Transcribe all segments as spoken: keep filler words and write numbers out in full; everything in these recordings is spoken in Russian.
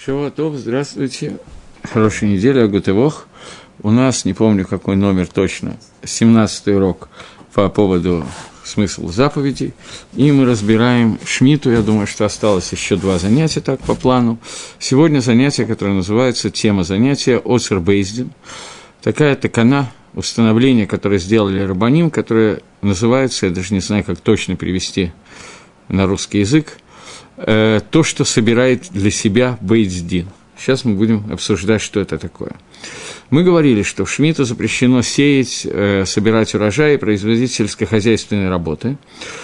Шавуатов, здравствуйте. Хорошей недели, агутывох. У нас, не помню, какой номер точно, семнадцатый урок по поводу смысла заповедей. И мы разбираем Шмиту. Я думаю, что осталось еще два занятия так по плану. Сегодня занятие, которое называется, тема занятия Оцер Бейздин. Такая такана, установление, которое сделали рабаним, которое называется, я даже не знаю, как точно перевести на русский язык, э, то, что собирает для себя Бейздин. Сейчас мы будем обсуждать, что это такое. Мы говорили, что в Шмиту запрещено сеять, э, собирать урожай и производить сельскохозяйственные работы.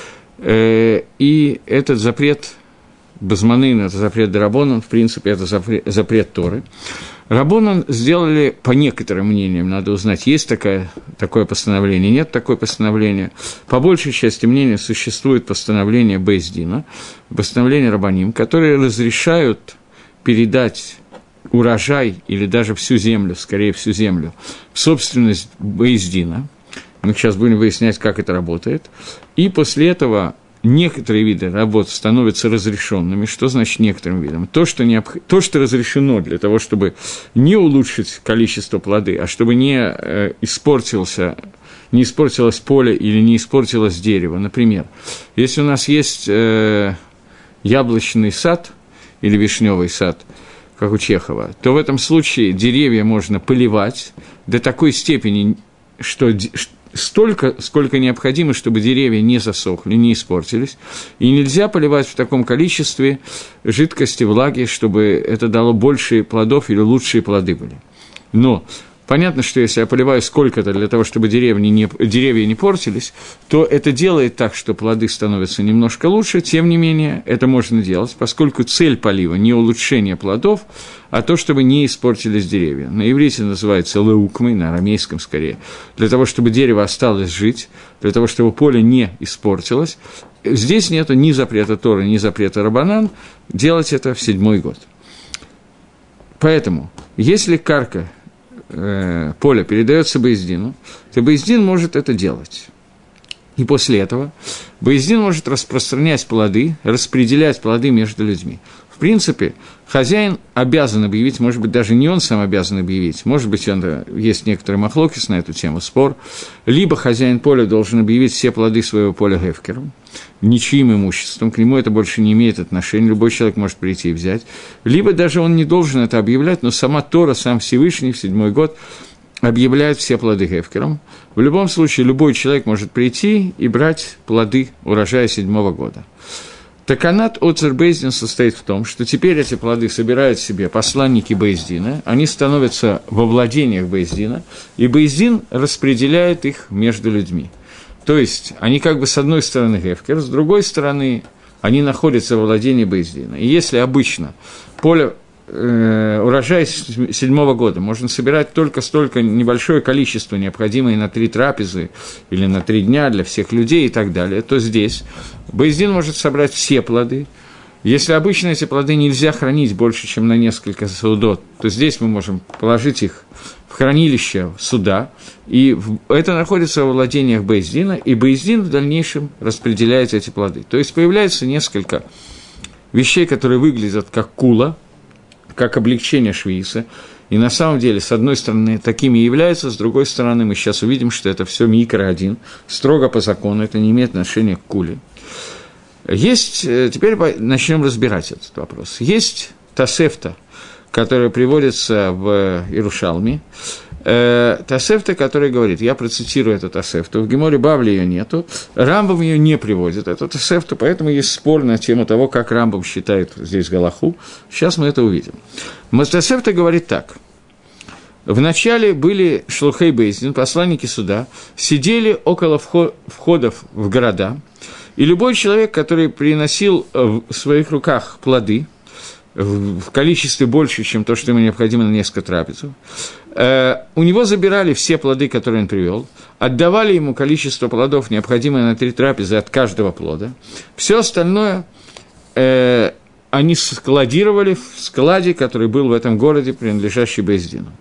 Э, и этот запрет Базманын, это запрет Дарабонан, в принципе, это запрет, запрет Торы. Рабонан сделали, по некоторым мнениям, надо узнать, есть такое, такое постановление, нет такое постановления. По большей части мнения существует постановление Бейздина, постановление Рабаним, которые разрешают передать урожай или даже всю землю, скорее всю землю, в собственность Бейздина. Мы сейчас будем выяснять, как это работает. И после этого некоторые виды работ становятся разрешенными. Что значит некоторым видам? То, что, необх... То, что разрешено для того, чтобы не улучшить количество плоды, а чтобы не, э, испортился, не испортилось поле или не испортилось дерево. Например, если у нас есть э, яблочный сад или вишневый сад, как у Чехова, то в этом случае деревья можно поливать до такой степени, что столько, сколько необходимо, чтобы деревья не засохли, не испортились, и нельзя поливать в таком количестве жидкости, влаги, чтобы это дало большие плодов или лучшие плоды были. Но понятно, что если я поливаю сколько-то для того, чтобы деревья не, деревья не портились, то это делает так, что плоды становятся немножко лучше. Тем не менее, это можно делать, поскольку цель полива не улучшение плодов, а то, чтобы не испортились деревья. На иврите называется леукмой, на арамейском скорее, для того, чтобы дерево осталось жить, для того, чтобы поле не испортилось. Здесь нет ни запрета Торы, ни запрета Рабанан делать это в седьмой год. Поэтому, если карка, поле передается Бейздину, то Бейздин может это делать. И после этого Бейздин может распространять плоды, распределять плоды между людьми. В принципе, хозяин обязан объявить, может быть, даже не он сам обязан объявить, может быть, он, есть некоторые махлокис на эту тему, спор, либо хозяин поля должен объявить все плоды своего поля гефкером, ничьим имуществом, к нему это больше не имеет отношения, любой человек может прийти и взять, либо даже он не должен это объявлять, но сама Тора, сам Всевышний в седьмой год объявляет все плоды гефкером. В любом случае, любой человек может прийти и брать плоды урожая седьмого года. Таканат Оцер Бейздин состоит в том, что теперь эти плоды собирают себе посланники Бейздина, они становятся во владениях Бейздина, и Бейздин распределяет их между людьми. То есть, они как бы с одной стороны гефкер, с другой стороны они находятся во владении Бейздина. И если обычно поле, э, урожай седьмого года можно собирать только столько небольшое количество, необходимое на три трапезы или на три дня для всех людей и так далее, то здесь Бейздин может собрать все плоды. Если обычно эти плоды нельзя хранить больше, чем на несколько судот, то здесь мы можем положить их в хранилище суда, и это находится во владениях Бейздина, и Бейздин в дальнейшем распределяет эти плоды. То есть появляется несколько вещей, которые выглядят как кула, как облегчение швииса, и на самом деле, с одной стороны, такими и являются, с другой стороны, мы сейчас увидим, что это все микро один, строго по закону, это не имеет отношения к куле. Есть, теперь начнем разбирать этот вопрос. Есть Тосефта, которая приводится в Иерушалме, э, Тосефта, который говорит, я процитирую эту Тосефту, в Геморе Бавли ее нету, Рамбам ее не приводит, эту Тосефту, поэтому есть спор на тему того, как Рамбам считает здесь галаху. Сейчас мы это увидим. Тосефта говорит так. Вначале были шлухей Бейздин, посланники суда, сидели около входов в города, и любой человек, который приносил в своих руках плоды, в количестве больше, чем то, что ему необходимо на несколько трапезов, э, у него забирали все плоды, которые он привел, отдавали ему количество плодов, необходимое на три трапезы от каждого плода. Все остальное э, они складировали в складе, который был в этом городе, принадлежащий Бейздину.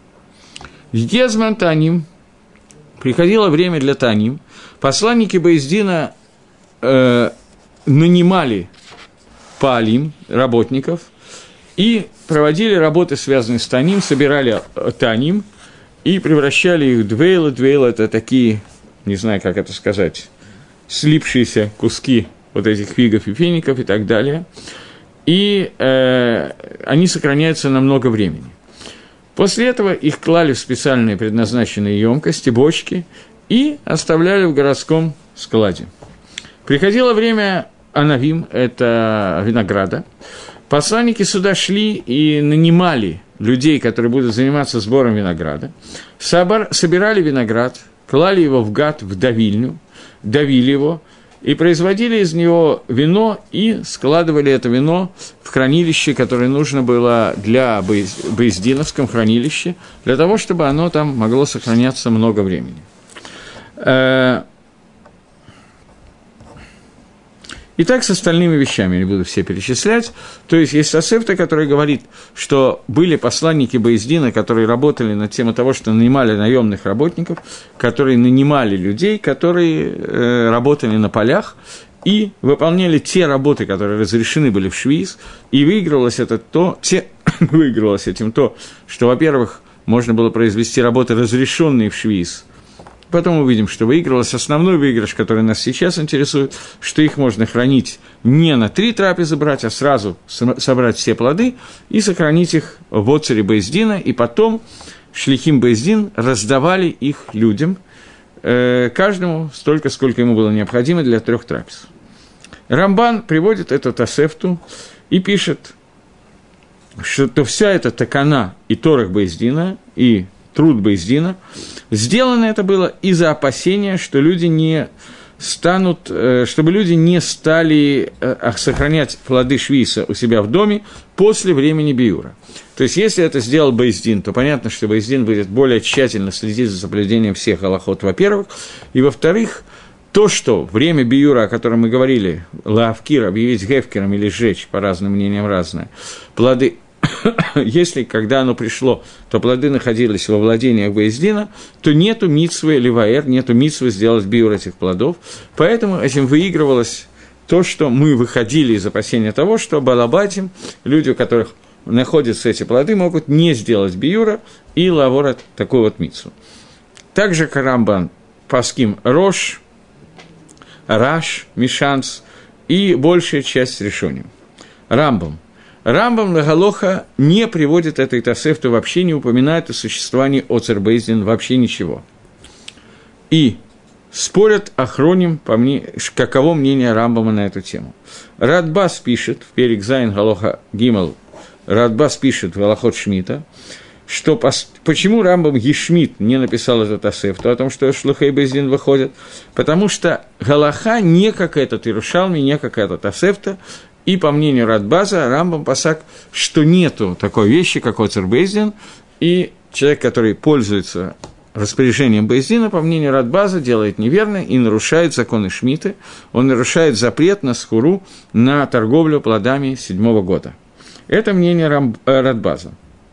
Езман Таним, приходило время для Таним, посланники Бейздина э, нанимали паалим, работников, и проводили работы, связанные с Таним, собирали Таним и превращали их в двейлы. Двейлы – это такие, не знаю, как это сказать, слипшиеся куски вот этих фигов и фиников и так далее. И э, они сохраняются на много времени. После этого их клали в специальные предназначенные емкости, бочки, и оставляли в городском складе. Приходило время анавим, это винограда. Посланники сюда шли и нанимали людей, которые будут заниматься сбором винограда, собирали виноград, клали его в гат, в давильню, давили его, и производили из него вино, и складывали это вино в хранилище, которое нужно было для Бейздиновском хранилище, для того, чтобы оно там могло сохраняться много времени. И так с остальными вещами, не буду все перечислять. То есть, есть Тосефта, который говорит, что были посланники Бейздина, которые работали над темой того, что нанимали наемных работников, которые нанимали людей, которые э, работали на полях и выполняли те работы, которые разрешены были в швиз, и выигрывалось это то, те, выигрывалось этим то, что, во-первых, можно было произвести работы, разрешенные в швиз. Потом увидим, что выигрывался основной выигрыш, который нас сейчас интересует, что их можно хранить не на три трапезы брать, а сразу собрать все плоды и сохранить их в оцере Бейздина, и потом шлихим Бейздин раздавали их людям, э, каждому столько, сколько ему было необходимо для трех трапез. Рамбан приводит эту Тосефту и пишет, что вся эта такана и торах Бейздина, и труд Бейздина, сделано это было из-за опасения, что люди не станут, чтобы люди не стали сохранять плоды швиса у себя в доме после времени биюра. То есть, если это сделал Бейздин, то понятно, что Бейздин будет более тщательно следить за соблюдением всех галахот, во-первых, и, во-вторых, то, что время биюра, о котором мы говорили, лаавкир, объявить гефкером или сжечь, по разным мнениям разное, плоды, если, когда оно пришло, то плоды находились во владениях Бейздина, то нету мицвы леваэр, нету мицвы сделать биур этих плодов, поэтому этим выигрывалось то, что мы выходили из опасения того, что балабатим, люди, у которых находятся эти плоды, могут не сделать биура и лавора такую вот мицву. Также Карамбан, Паским Рош, Раш, Мишанс и большая часть решений. Рамбам. Рамбам Лагалоха не приводит этой Тосефту, вообще не упоминает о существовании Оцер Бейздин, вообще ничего. И спорят охроним, по мне, каково мнение Рамбама на эту тему. Радбас пишет, в Перек Зайн Галоха Гимал, Радбас пишет в Галахот Шмита, что пос, почему Рамбам Ешмит не написал эту Тосефту, о том, что Шлухей Бейздин выходит, потому что Галаха не как этот Иерушалми, не как эта Тосефта. И, по мнению Радбаза, Рамбам пасак, что нету такой вещи, как Оцер Бейздин, и человек, который пользуется распоряжением Бейздина, по мнению Радбаза, делает неверно и нарушает законы Шмиты, он нарушает запрет на схуру, на торговлю плодами седьмого года. Это мнение Рам... Радбаза.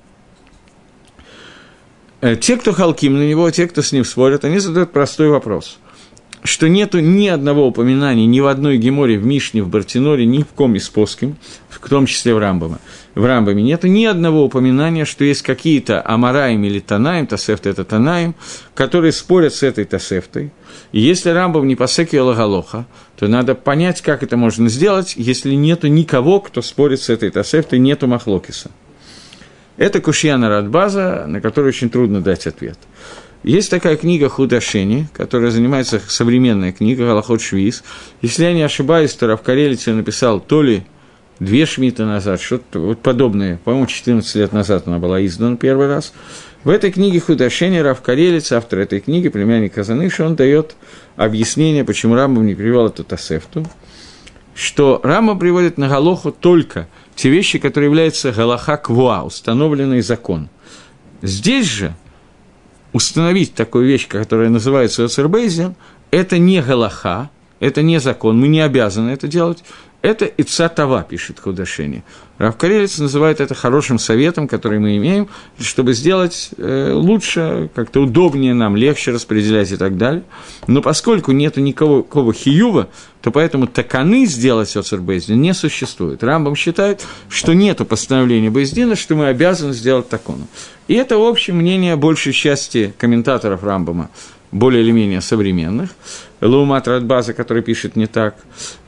Те, кто халким на него, те, кто с ним спорят, они задают простой вопрос – что нету ни одного упоминания ни в одной геморе, в Мишне, в Бартиноре, ни в ком из поским, в том числе в Рамбаме. В Рамбаме нету ни одного упоминания, что есть какие-то Амараим или Танаим, Тосефта – это Танаим, которые спорят с этой Тосефтой. И если Рамбам не посеки Лагалоха, то надо понять, как это можно сделать, если нету никого, кто спорит с этой Тосефтой, нету Махлокиса. Это кушья на Радбаза, на который очень трудно дать ответ. Есть такая книга Худашени, которая занимается, современная книга Галахот Швиз. Если я не ошибаюсь, то Рав Карелиц написал то ли две шмиты назад, что-то вот подобное, по-моему, четырнадцать лет назад она была издана первый раз. В этой книге Худашени Рав Карелиц, автор этой книги, племянник Казаныша, он дает объяснение, почему Рамбам не привел эту Тосефту, что Рамбам приводит на Галоху только те вещи, которые являются Галаха Квуа, установленный закон. Здесь же установить такую вещь, которая называется Оцер Бейздин, это не галаха, это не закон, мы не обязаны это делать, Это «Ица Това», пишет Худашени. Рав Карелец называет это хорошим советом, который мы имеем, чтобы сделать э, лучше, как-то удобнее нам, легче распределять и так далее. Но поскольку нет никакого хиюва, то поэтому таканы сделать оцер бейздин не существует. Рамбам считает, что нет постановления бейздина, что мы обязаны сделать такону. И это общее мнение большей части комментаторов Рамбама, более или менее современных. Лаумат Радбаза, который пишет не так.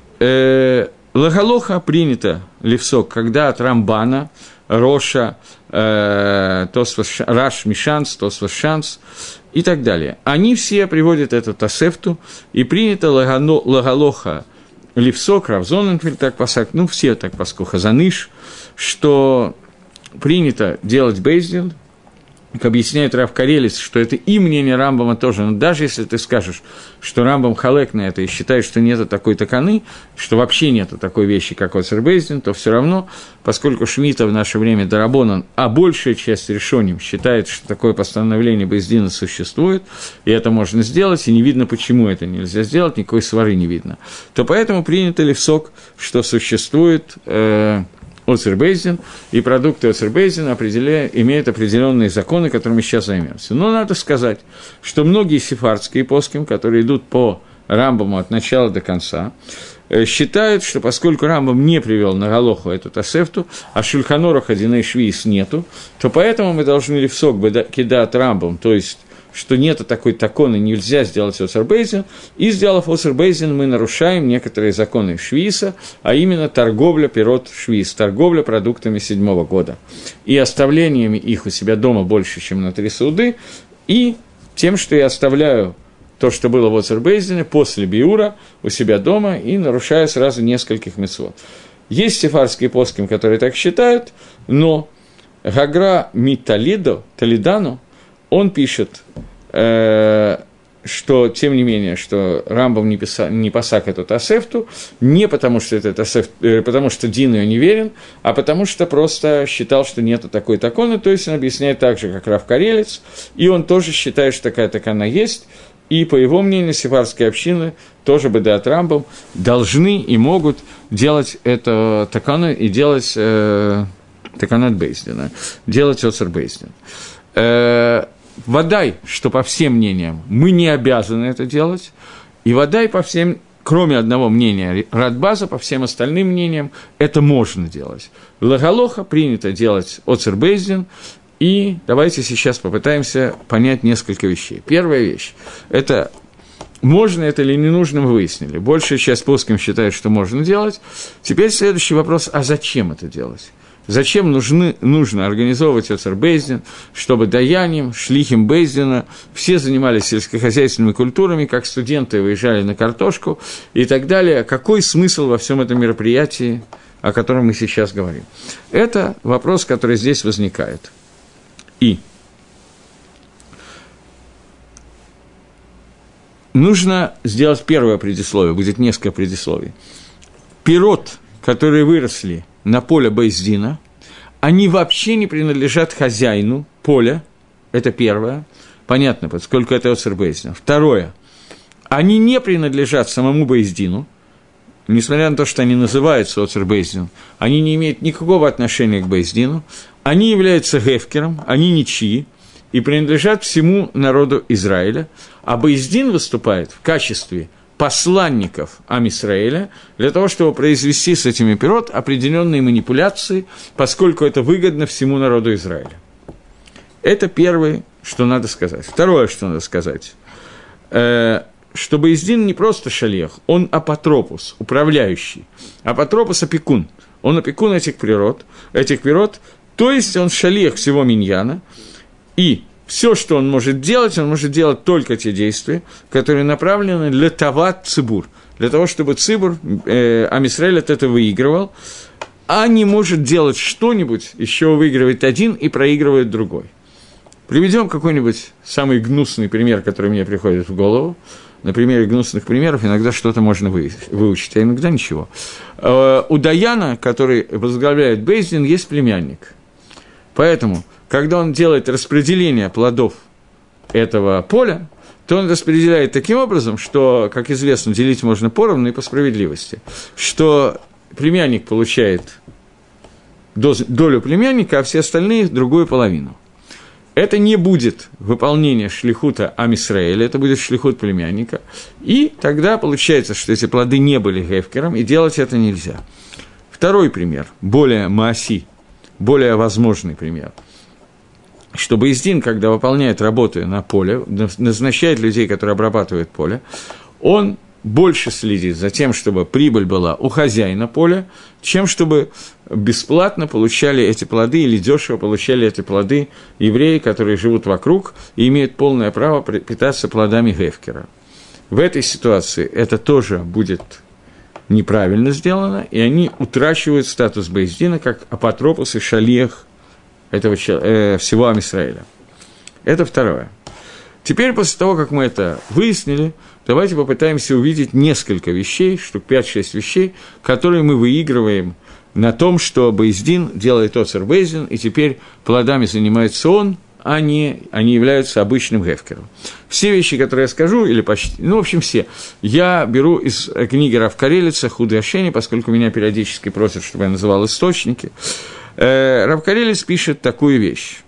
Э, Лагалоха принято левсок, когда от Рамбана, Роша, э, Тосфос, Раш Мишанс, Тосфос Шанс и так далее. Они все приводят эту тосефту, и принято лагано, Лагалоха левсок, Равзоненфельд так пасак, ну все так паску, Хазаныш, что принято делать бейздин. Как объясняет Рав Карелец, что это и мнение Рамбама тоже, но даже если ты скажешь, что Рамбам халек на это и считает, что нету такой таканы, что вообще нету такой вещи, как оцер бейздин, то все равно, поскольку Шмита в наше время дарабонан, а большая часть решоним считает, что такое постановление бейздина существует, и это можно сделать, и не видно, почему это нельзя сделать, никакой свары не видно, то поэтому принято левсок, что существует... Э- оцер бейздин, и продукты оцер бейздина имеют определенные законы, которыми сейчас займемся. Но надо сказать, что многие сефардские поским, которые идут по Рамбаму от начала до конца, считают, что поскольку Рамбам не привел на Галоху эту тосефту, а Шульхан Аруха Диней Швиис нету, то поэтому мы должны левсок кидать Рамбам, то есть что нету такой таконы, нельзя сделать оцер бейздин, и, сделав оцер бейздин, мы нарушаем некоторые законы швииса, а именно торговля пирот швиис, торговля продуктами седьмого года, и оставлениями их у себя дома больше, чем на три сауды, и тем, что я оставляю то, что было в оцер бейздине, после биура у себя дома, и нарушаю сразу нескольких мицвот. Есть сефардские поским, которые так считают, но Гагра Миталидо, Талидану, он пишет, э, что, тем не менее, что Рамбам не, писа, не пасак эту тосефту, не потому что, это тосеф, э, потому что Дин ее не верен, а потому что просто считал, что нету такой таконы, то есть он объясняет так же, как Рав Карелец, и он тоже считает, что такая такана есть, и, по его мнению, сефардские общины, тоже бедат Рамбам, должны и могут делать это такану и делать э, таканат бейздина, делать оцер бейздин. Э, Водай, что по всем мнениям мы не обязаны это делать, и водай по всем, кроме одного мнения Радбаза, по всем остальным мнениям, это можно делать. Лагалоха принято делать оцер бейздин, и давайте сейчас попытаемся понять несколько вещей. Первая вещь – это можно это или не нужно, мы выяснили. Большая часть поским считает, что можно делать. Теперь следующий вопрос – а зачем это делать? Зачем нужны, нужно организовывать оцер бейздин, чтобы даянием, шлихим бейздина все занимались сельскохозяйственными культурами, как студенты выезжали на картошку и так далее? Какой смысл во всем этом мероприятии, о котором мы сейчас говорим? Это вопрос, который здесь возникает. И нужно сделать первое предисловие, будет несколько предисловий. Пирот, которые выросли на поле бейздина, они вообще не принадлежат хозяину поля, это первое, понятно, поскольку это оцер бейздина. Второе, они не принадлежат самому бейздину, несмотря на то, что они называются оцер бейздин, они не имеют никакого отношения к бейздину, они являются гефкером, они ничьи, и принадлежат всему народу Израиля, а бейздин выступает в качестве посланников Ам-Исраэля для того, чтобы произвести с этими пирот определенные манипуляции, поскольку это выгодно всему народу Израиля. Это первое, что надо сказать. Второе, что надо сказать, э, что бейздин не просто шалех, он апотропус, управляющий. Апотропус – опекун. Он опекун этих пирот, этих пирот, то есть он шалех всего миньяна, и все, что он может делать, он может делать только те действия, которые направлены для тават цибур, для того, чтобы цибур, э, Ам-Исраэль от этого выигрывал, а не может делать что-нибудь, еще выигрывает один и проигрывает другой. Приведем какой-нибудь самый гнусный пример, который мне приходит в голову. На примере гнусных примеров иногда что-то можно выучить, а иногда ничего. Э, у Даяна, который возглавляет бейздин, есть племянник. Поэтому, когда он делает распределение плодов этого поля, то он распределяет таким образом, что, как известно, делить можно поровну и по справедливости, что племянник получает долю племянника, а все остальные – другую половину. Это не будет выполнение шлихута Ам Исраэля, это будет шлихут племянника, и тогда получается, что эти плоды не были гефкером, и делать это нельзя. Второй пример, более мааси, более возможный пример, что бейс дин, когда выполняет работу на поле, назначает людей, которые обрабатывают поле, он больше следит за тем, чтобы прибыль была у хозяина поля, чем чтобы бесплатно получали эти плоды или дешево получали эти плоды евреи, которые живут вокруг и имеют полное право питаться плодами гефкера. В этой ситуации это тоже будет неправильно сделано, и они утрачивают статус бейс дина как апотропос и шалиах этого, э, всего Ам Исраэля. Это второе. Теперь, после того, как мы это выяснили, давайте попытаемся увидеть несколько вещей, штук пять-шесть вещей, которые мы выигрываем на том, что бейс дин делает оцер бейс дин, и теперь плодами занимается он, а не они являются обычным гефкером. Все вещи, которые я скажу, или почти, ну, в общем, все, я беру из книги Рав Карелица «Худый Ашени», поскольку меня периодически просят, чтобы я называл источники. Рав Карелиц пишет такую вещь,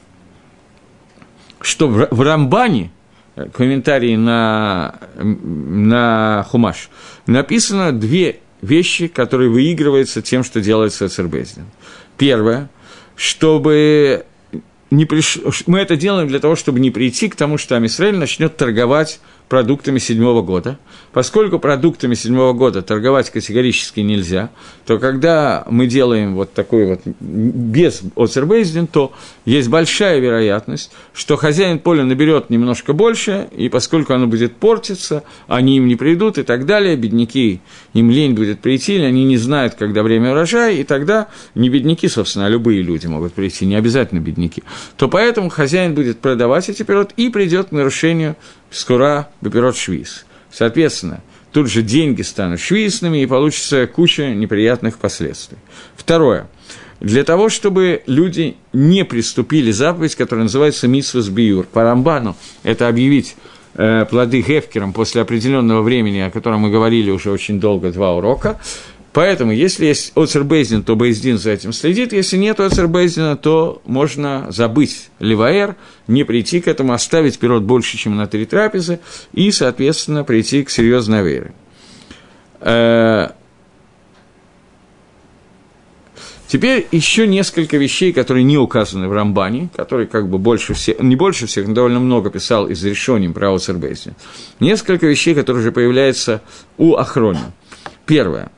что в Рамбане, комментарии на, на Хумаш, написано две вещи, которые выигрываются тем, что делается оцер бейс дин. Первое, чтобы не приш... мы это делаем для того, чтобы не прийти к тому, что Ам Исраэль начнет торговать продуктами седьмого года. Поскольку продуктами седьмого года торговать категорически нельзя, то когда мы делаем вот такой вот без оцер бейс дин, то есть большая вероятность, что хозяин поля наберет немножко больше, и поскольку оно будет портиться, они им не придут и так далее, бедняки, им лень будет прийти, или они не знают, когда время урожая, и тогда не бедняки, собственно, а любые люди могут прийти, не обязательно бедняки, то поэтому хозяин будет продавать эти пирот и придет к нарушению скура бепирот швиз. Соответственно, тут же деньги станут швизными, и получится куча неприятных последствий. Второе. Для того, чтобы люди не приступили заповедь, которая называется мицвас биюр. По Рамбану это объявить э, плоды гефкером после определенного времени, о котором мы говорили уже очень долго, два урока. Поэтому, если есть оцер бейс дин, то бейс дин за этим следит. Если нет оцер бейс дина, то можно забыть леваэр, не прийти к этому, оставить пирот больше, чем на три трапезы, и, соответственно, прийти к серьезной авере. Теперь еще несколько вещей, которые не указаны в Рамбане, которые как бы больше всех, не больше всех, но довольно много писал из решений про оцер бейс дин. Несколько вещей, которые уже появляются у Ахрони. Первое.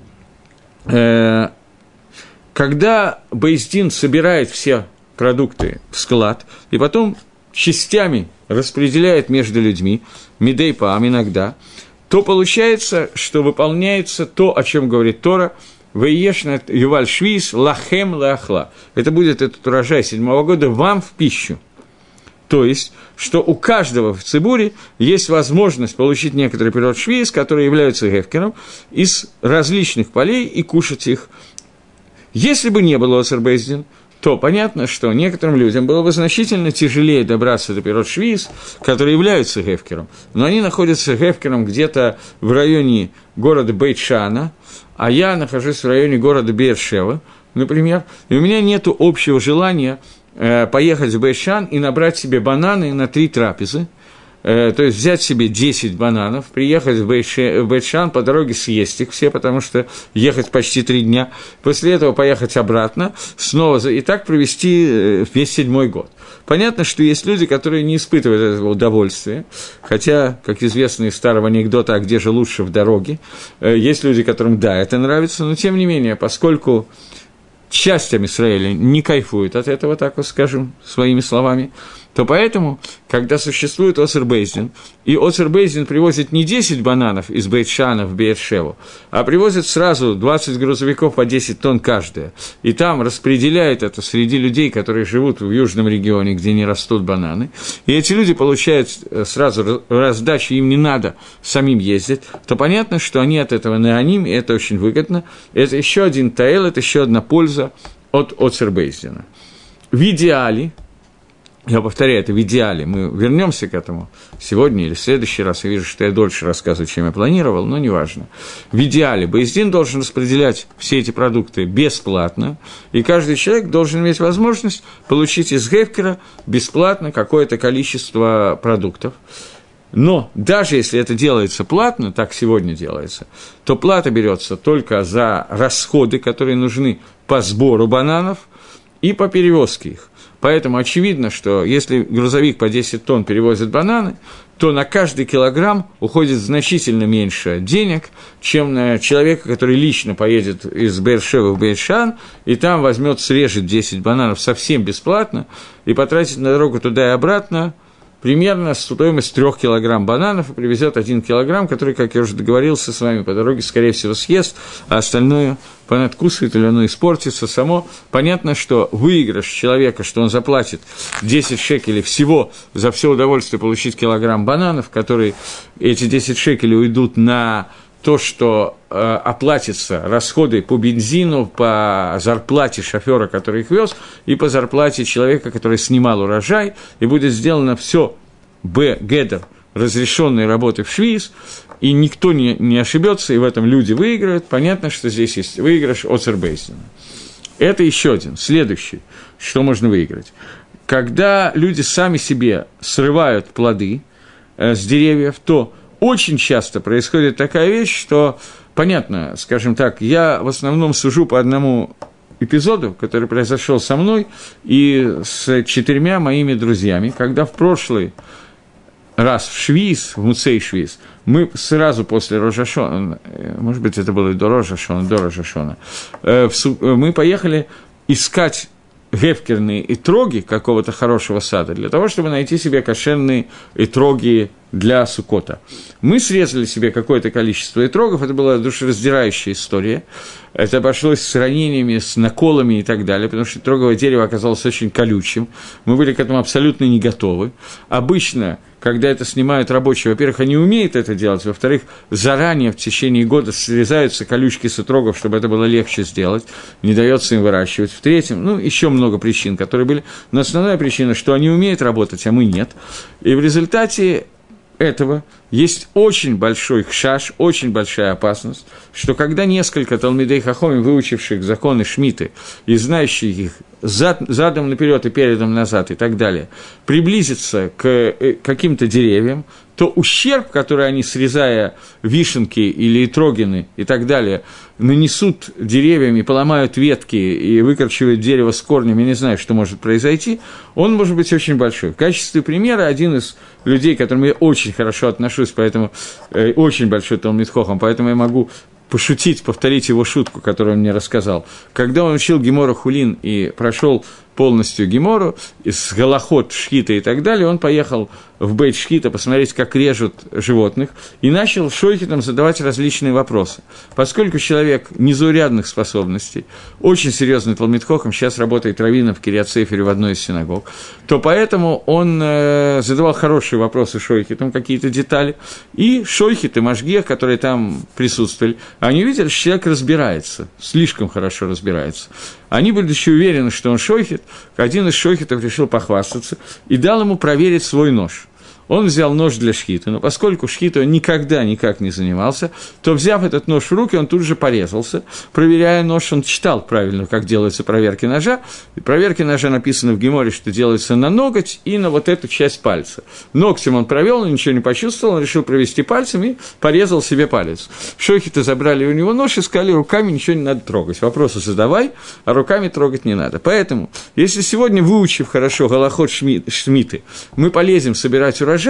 Когда бейс дин собирает все продукты в склад и потом частями распределяет между людьми, мидей паам иногда, то получается, что выполняется то, о чем говорит Тора, «Ваиешна юваль швиз лахем лахла». Это будет этот урожай седьмого года вам в пищу. То есть, что у каждого в цибуре есть возможность получить некоторый пирот швиз, которые являются гефкером, из различных полей и кушать их. Если бы не было оцер бейс дин, то понятно, что некоторым людям было бы значительно тяжелее добраться до пирот швиз, которые являются гефкером, но они находятся гефкером где-то в районе города Бейт-Шана, а я нахожусь в районе города Беэр-Шева, например, и у меня нет общего желания поехать в Бейт-Шан и набрать себе бананы на три трапезы, то есть взять себе десять бананов, приехать в Бейт-Шан, по дороге съесть их все, потому что ехать почти три дня, после этого поехать обратно, снова, и так провести весь седьмой год. Понятно, что есть люди, которые не испытывают этого удовольствия, хотя, как известно из старого анекдота «А где же лучше в дороге?», есть люди, которым, да, это нравится, но тем не менее, поскольку часть Ам Исраэля не кайфует от этого, так вот скажем, своими словами, то поэтому, когда существует оцер бейс дин, и оцер бейс дин привозит не десять бананов из Бейт-Шана в Беэр-Шеву, а привозит сразу двадцать грузовиков по десять тонн каждая, и там распределяет это среди людей, которые живут в южном регионе, где не растут бананы, и эти люди получают сразу раздачу, им не надо самим ездить, то понятно, что они от этого неаним, и это очень выгодно. Это еще один таэл, это еще одна польза от оцер бейс дина. В идеале, я повторяю, это в идеале, мы вернемся к этому сегодня или в следующий раз, я вижу, что я дольше рассказываю, чем я планировал, но неважно. В идеале бейс дин должен распределять все эти продукты бесплатно, и каждый человек должен иметь возможность получить из гефкера бесплатно какое-то количество продуктов. Но даже если это делается платно, так сегодня делается, то плата берется только за расходы, которые нужны по сбору бананов и по перевозке их. Поэтому очевидно, что если грузовик по десять тонн перевозит бананы, то на каждый килограмм уходит значительно меньше денег, чем на человека, который лично поедет из Беэр-Шевы в Бейт-Шан, и там возьмет, срежет десять бананов совсем бесплатно, и потратит на дорогу туда и обратно примерно стоимость трех килограмм бананов и привезет один килограмм, который, как я уже договорился с вами, по дороге, скорее всего, съест, а остальное понадкусывает или оно испортится само. Понятно, что выигрыш человека, что он заплатит десять шекелей всего за все удовольствие получить килограмм бананов, которые эти десять шекелей уйдут на то, что э, оплатятся расходы по бензину, по зарплате шофера, который их вез, и по зарплате человека, который снимал урожай, и будет сделано все б. Гедер, разрешенные работы в швиз, и никто не, не ошибется, и в этом люди выиграют. Понятно, что здесь есть выигрыш оцер бейс дина. Это еще один. Следующий, что можно выиграть. Когда люди сами себе срывают плоды э, с деревьев, то очень часто происходит такая вещь, что, понятно, скажем так, я в основном сужу по одному эпизоду, который произошел со мной и с четырьмя моими друзьями, когда в прошлый раз в Швиз, в Муцей Швиз, мы сразу после Рош ха-Шана, может быть, это было и до Рош ха-Шана, до Рош ха-Шана, мы поехали искать гефкерные итроги какого-то хорошего сада для того, чтобы найти себе кошерные итроги для Суккота. Мы срезали себе какое-то количество итрогов, это была душераздирающая история, это обошлось с ранениями, с наколами и так далее, потому что итроговое дерево оказалось очень колючим, мы были к этому абсолютно не готовы. Обычно, когда это снимают рабочие, во-первых, они умеют это делать, во-вторых, заранее в течение года срезаются колючки с итрогов, чтобы это было легче сделать, не дается им выращивать. В-третьем, ну, еще много причин, которые были, но основная причина, что они умеют работать, а мы нет, и в результате этого есть очень большой хшаш, очень большая опасность, что когда несколько талмидей хахомим, выучивших законы Шмиты и знающих их зад, задом наперед и передом назад и так далее, приблизятся к каким-то деревьям, то ущерб, который они, срезая вишенки или итрогины и так далее, нанесут деревьями, поломают ветки и выкорчевают дерево с корнем, я не знаю, что может произойти, он может быть очень большой. В качестве примера один из людей, к которому я очень хорошо отношусь, поэтому э, очень большой талмид хохам, поэтому я могу пошутить, повторить его шутку, которую он мне рассказал. Когда он учил Гемора Хулин и прошел полностью Гемору, из Галахот, Шхита и так далее, он поехал в Бейт Шхита посмотреть, как режут животных, и начал шойхетам задавать различные вопросы. Поскольку человек незаурядных способностей, очень серьезный талмид хохам, сейчас работает раввином в Кирьят-Сейфере в одной из синагог, то поэтому он э, задавал хорошие вопросы шойхетам, какие-то детали, и шойхеты, машгех, которые там присутствовали, они увидели, что человек разбирается, слишком хорошо разбирается. Они, будучи уверены, что он шойхет, один из шойхетов решил похвастаться и дал ему проверить свой нож. Он взял нож для шхиты, но поскольку шхитой он никогда никак не занимался, то, взяв этот нож в руки, он тут же порезался. Проверяя нож, он читал правильно, как делаются проверки ножа. И проверки ножа написано в Геморе, что делается на ноготь и на вот эту часть пальца. Ногтем он провел, он ничего не почувствовал, он решил провести пальцем и порезал себе палец. Шохиты забрали у него нож и сказали, руками ничего не надо трогать. Вопросы задавай, а руками трогать не надо. Поэтому, если сегодня, выучив хорошо Галахот Шмиты, мы полезем собирать урожай,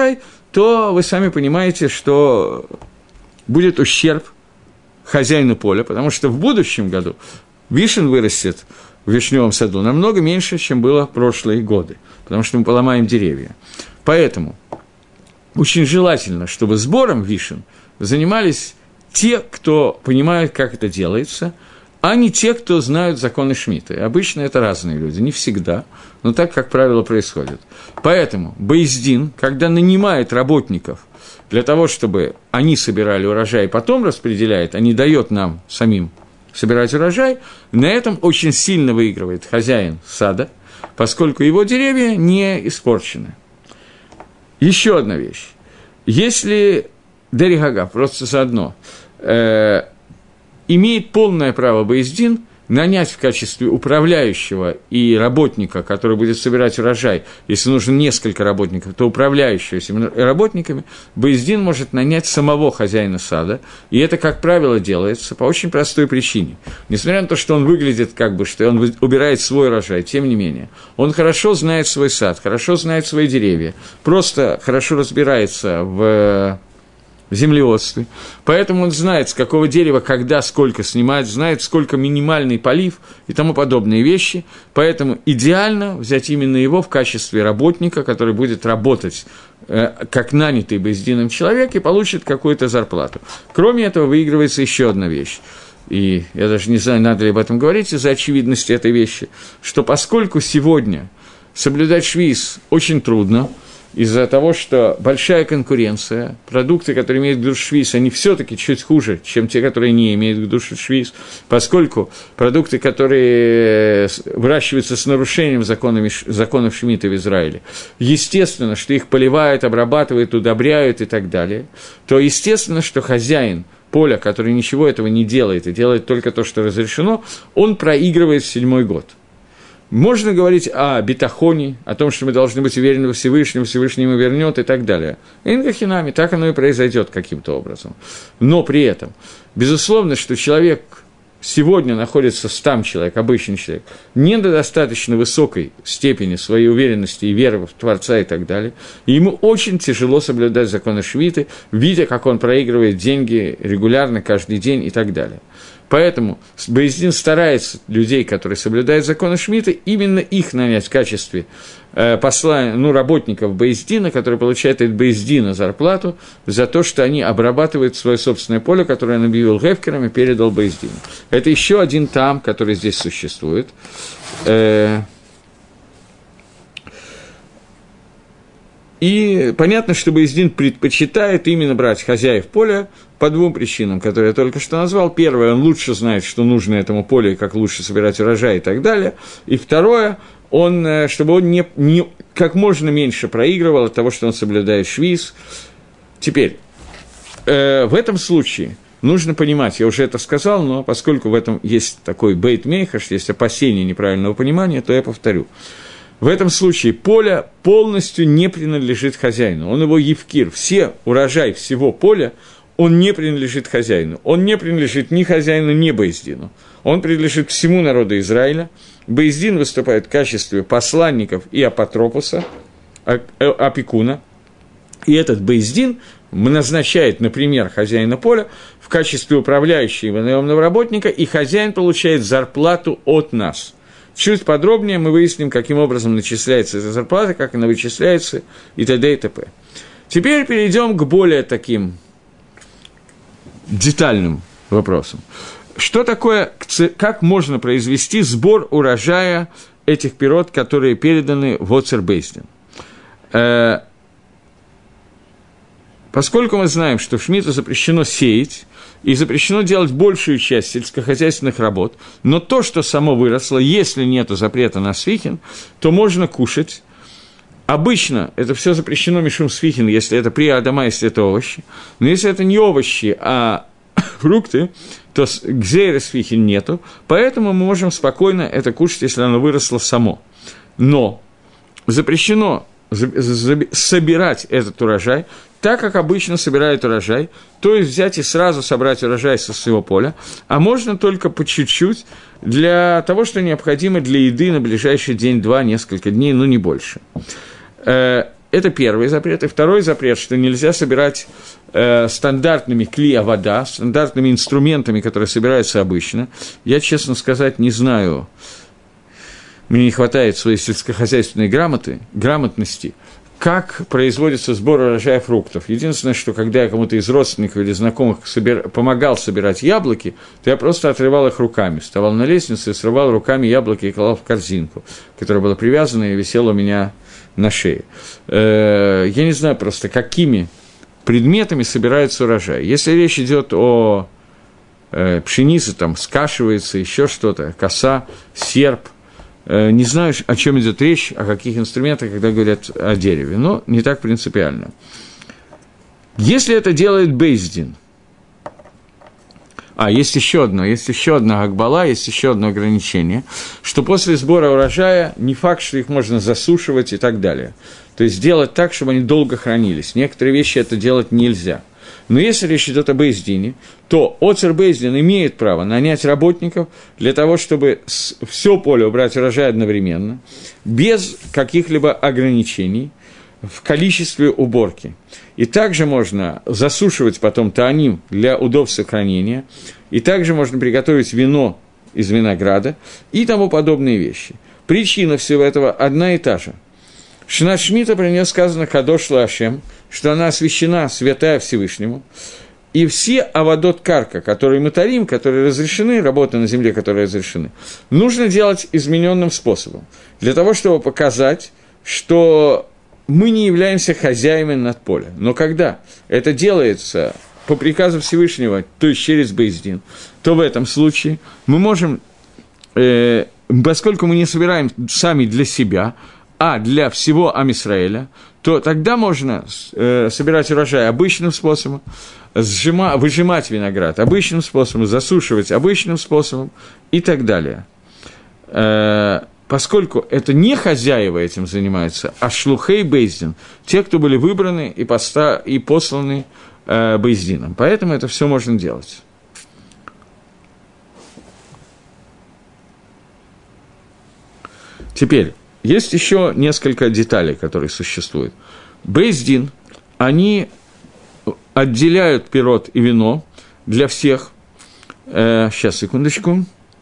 то вы сами понимаете, что будет ущерб хозяину поля, потому что в будущем году вишен вырастет в вишневом саду намного меньше, чем было в прошлые годы, потому что мы поломаем деревья. Поэтому очень желательно, чтобы сбором вишен занимались те, кто понимает, как это делается, а не те, кто знают законы Шмиты. Обычно это разные люди, не всегда, но так, как правило, происходит. Поэтому бейс дин, когда нанимает работников для того, чтобы они собирали урожай и потом распределяет, а не дает нам самим собирать урожай, на этом очень сильно выигрывает хозяин сада, поскольку его деревья не испорчены. Еще одна вещь. Если Дерих Агав, просто заодно, э, имеет полное право бейс дин нанять в качестве управляющего и работника, который будет собирать урожай, если нужно несколько работников, то управляющего этими работниками, бейс дин может нанять самого хозяина сада, и это, как правило, делается по очень простой причине. Несмотря на то, что он выглядит как бы, что он убирает свой урожай, тем не менее, он хорошо знает свой сад, хорошо знает свои деревья, просто хорошо разбирается в в земледелстве, поэтому он знает, с какого дерева, когда, сколько снимать, знает, сколько минимальный полив и тому подобные вещи, поэтому идеально взять именно его в качестве работника, который будет работать э, как нанятый бейс дином человек и получит какую-то зарплату. Кроме этого, выигрывается еще одна вещь, и я даже не знаю, надо ли об этом говорить из-за очевидности этой вещи, что поскольку сегодня соблюдать швиз очень трудно, из-за того, что большая конкуренция, продукты, которые имеют гдуш швиз, они все-таки чуть хуже, чем те, которые не имеют гдуш швиз, поскольку продукты, которые выращиваются с нарушением законов, законов Шмита в Израиле, естественно, что их поливают, обрабатывают, удобряют и так далее, то естественно, что хозяин поля, который ничего этого не делает и делает только то, что разрешено, он проигрывает в седьмой год. Можно говорить о битахоне, о том, что мы должны быть уверены во Всевышнем, Всевышний ему вернет и так далее. Ингахинами, так оно и произойдет каким-то образом. Но при этом, безусловно, что человек сегодня находится, сам человек, обычный человек, не до достаточно высокой степени своей уверенности и веры в Творца и так далее, и ему очень тяжело соблюдать законы Швиты, видя, как он проигрывает деньги регулярно, каждый день и так далее. Поэтому бейс дин старается людей, которые соблюдают законы Шмиты, именно их нанять в качестве э, посла, ну, работников бейс дина, которые получают от бейс дина зарплату за то, что они обрабатывают свое собственное поле, которое он объявил гефкером и передал бейс дину. Это еще один там, который здесь существует. Э, И понятно, что бейс дин предпочитает именно брать хозяев поля по двум причинам, которые я только что назвал. Первое, он лучше знает, что нужно этому полю, и как лучше собирать урожай и так далее. И второе, он, чтобы он не, не, как можно меньше проигрывал от того, что он соблюдает швиз. Теперь, э, в этом случае нужно понимать, я уже это сказал, но поскольку в этом есть такой бейт мейхаш, есть опасение неправильного понимания, то я повторю. В этом случае поле полностью не принадлежит хозяину, он его евкир, все урожай всего поля, он не принадлежит хозяину, он не принадлежит ни хозяину, ни бейс дину, он принадлежит всему народу Израиля. Бейс дин выступает в качестве посланников и апотропоса, опекуна, и этот бейс дин назначает, например, хозяина поля в качестве управляющего наемного работника, и хозяин получает зарплату от нас. Чуть подробнее мы выясним, каким образом начисляется эта зарплата, как она вычисляется и т.д. и т.п. Теперь перейдем к более таким детальным вопросам. Что такое, как можно произвести сбор урожая этих пирот, которые переданы в Оцер бейс дин? Поскольку мы знаем, что в Шмиту запрещено сеять, и запрещено делать большую часть сельскохозяйственных работ, но то, что само выросло, если нет запрета на свихин, то можно кушать. Обычно это все запрещено мишум свихин, если это при адама, если это овощи. Но если это не овощи, а фрукты, то гзейра свихин нету, поэтому мы можем спокойно это кушать, если оно выросло само. Но запрещено собирать этот урожай, так, как обычно собирают урожай, то есть взять и сразу собрать урожай со своего поля, а можно только по чуть-чуть для того, что необходимо для еды на ближайший день-два, несколько дней, ну не больше. Это первый запрет. И второй запрет, что нельзя собирать стандартными клея вода, стандартными инструментами, которые собираются обычно. Я, честно сказать, не знаю, мне не хватает своей сельскохозяйственной грамоты, грамотности, как производится сбор урожая фруктов. Единственное, что когда я кому-то из родственников или знакомых собир... помогал собирать яблоки, то я просто отрывал их руками, вставал на лестницу и срывал руками яблоки и клал в корзинку, которая была привязана и висела у меня на шее. Я не знаю просто, какими предметами собирается урожай. Если речь идет о пшенице, там скашивается еще что-то, коса, серп, Не знаю, о чем идет речь, о каких инструментах, когда говорят о дереве, но не так принципиально. Если это делает бейс дин, а, есть еще одно, есть еще одна агбала, есть еще одно ограничение, что после сбора урожая не факт, что их можно засушивать и так далее. То есть делать так, чтобы они долго хранились. Некоторые вещи это делать нельзя. Но если речь идет о бейс-дине, то оцер бейс-дин имеет право нанять работников для того, чтобы все поле убрать урожай одновременно, без каких-либо ограничений в количестве уборки. И также можно засушивать потом тааним для удобства хранения, и также можно приготовить вино из винограда и тому подобные вещи. Причина всего этого одна и та же. Шнат Шмита про нее сказано «Кадош Лашем», что она освящена, святая Всевышнему, и все авадот карка, которые мы тарим, которые разрешены, работы на земле, которые разрешены, нужно делать измененным способом, для того, чтобы показать, что мы не являемся хозяевами над полем. Но когда это делается по приказу Всевышнего, то есть через бейс-дин, то в этом случае мы можем, э, поскольку мы не собираем сами для себя, а для всего Ам Исраэля, то тогда можно э, собирать урожай обычным способом, сжима, выжимать виноград обычным способом, засушивать обычным способом и так далее. Э, Поскольку это не хозяева этим занимаются, а шлухей бейздин, те, кто были выбраны и, поста, и посланы э, бейздином. Поэтому это все можно делать. Теперь, есть еще несколько деталей, которые существуют. Бейздин, они отделяют пирот и вино для всех. Э, сейчас, секундочку.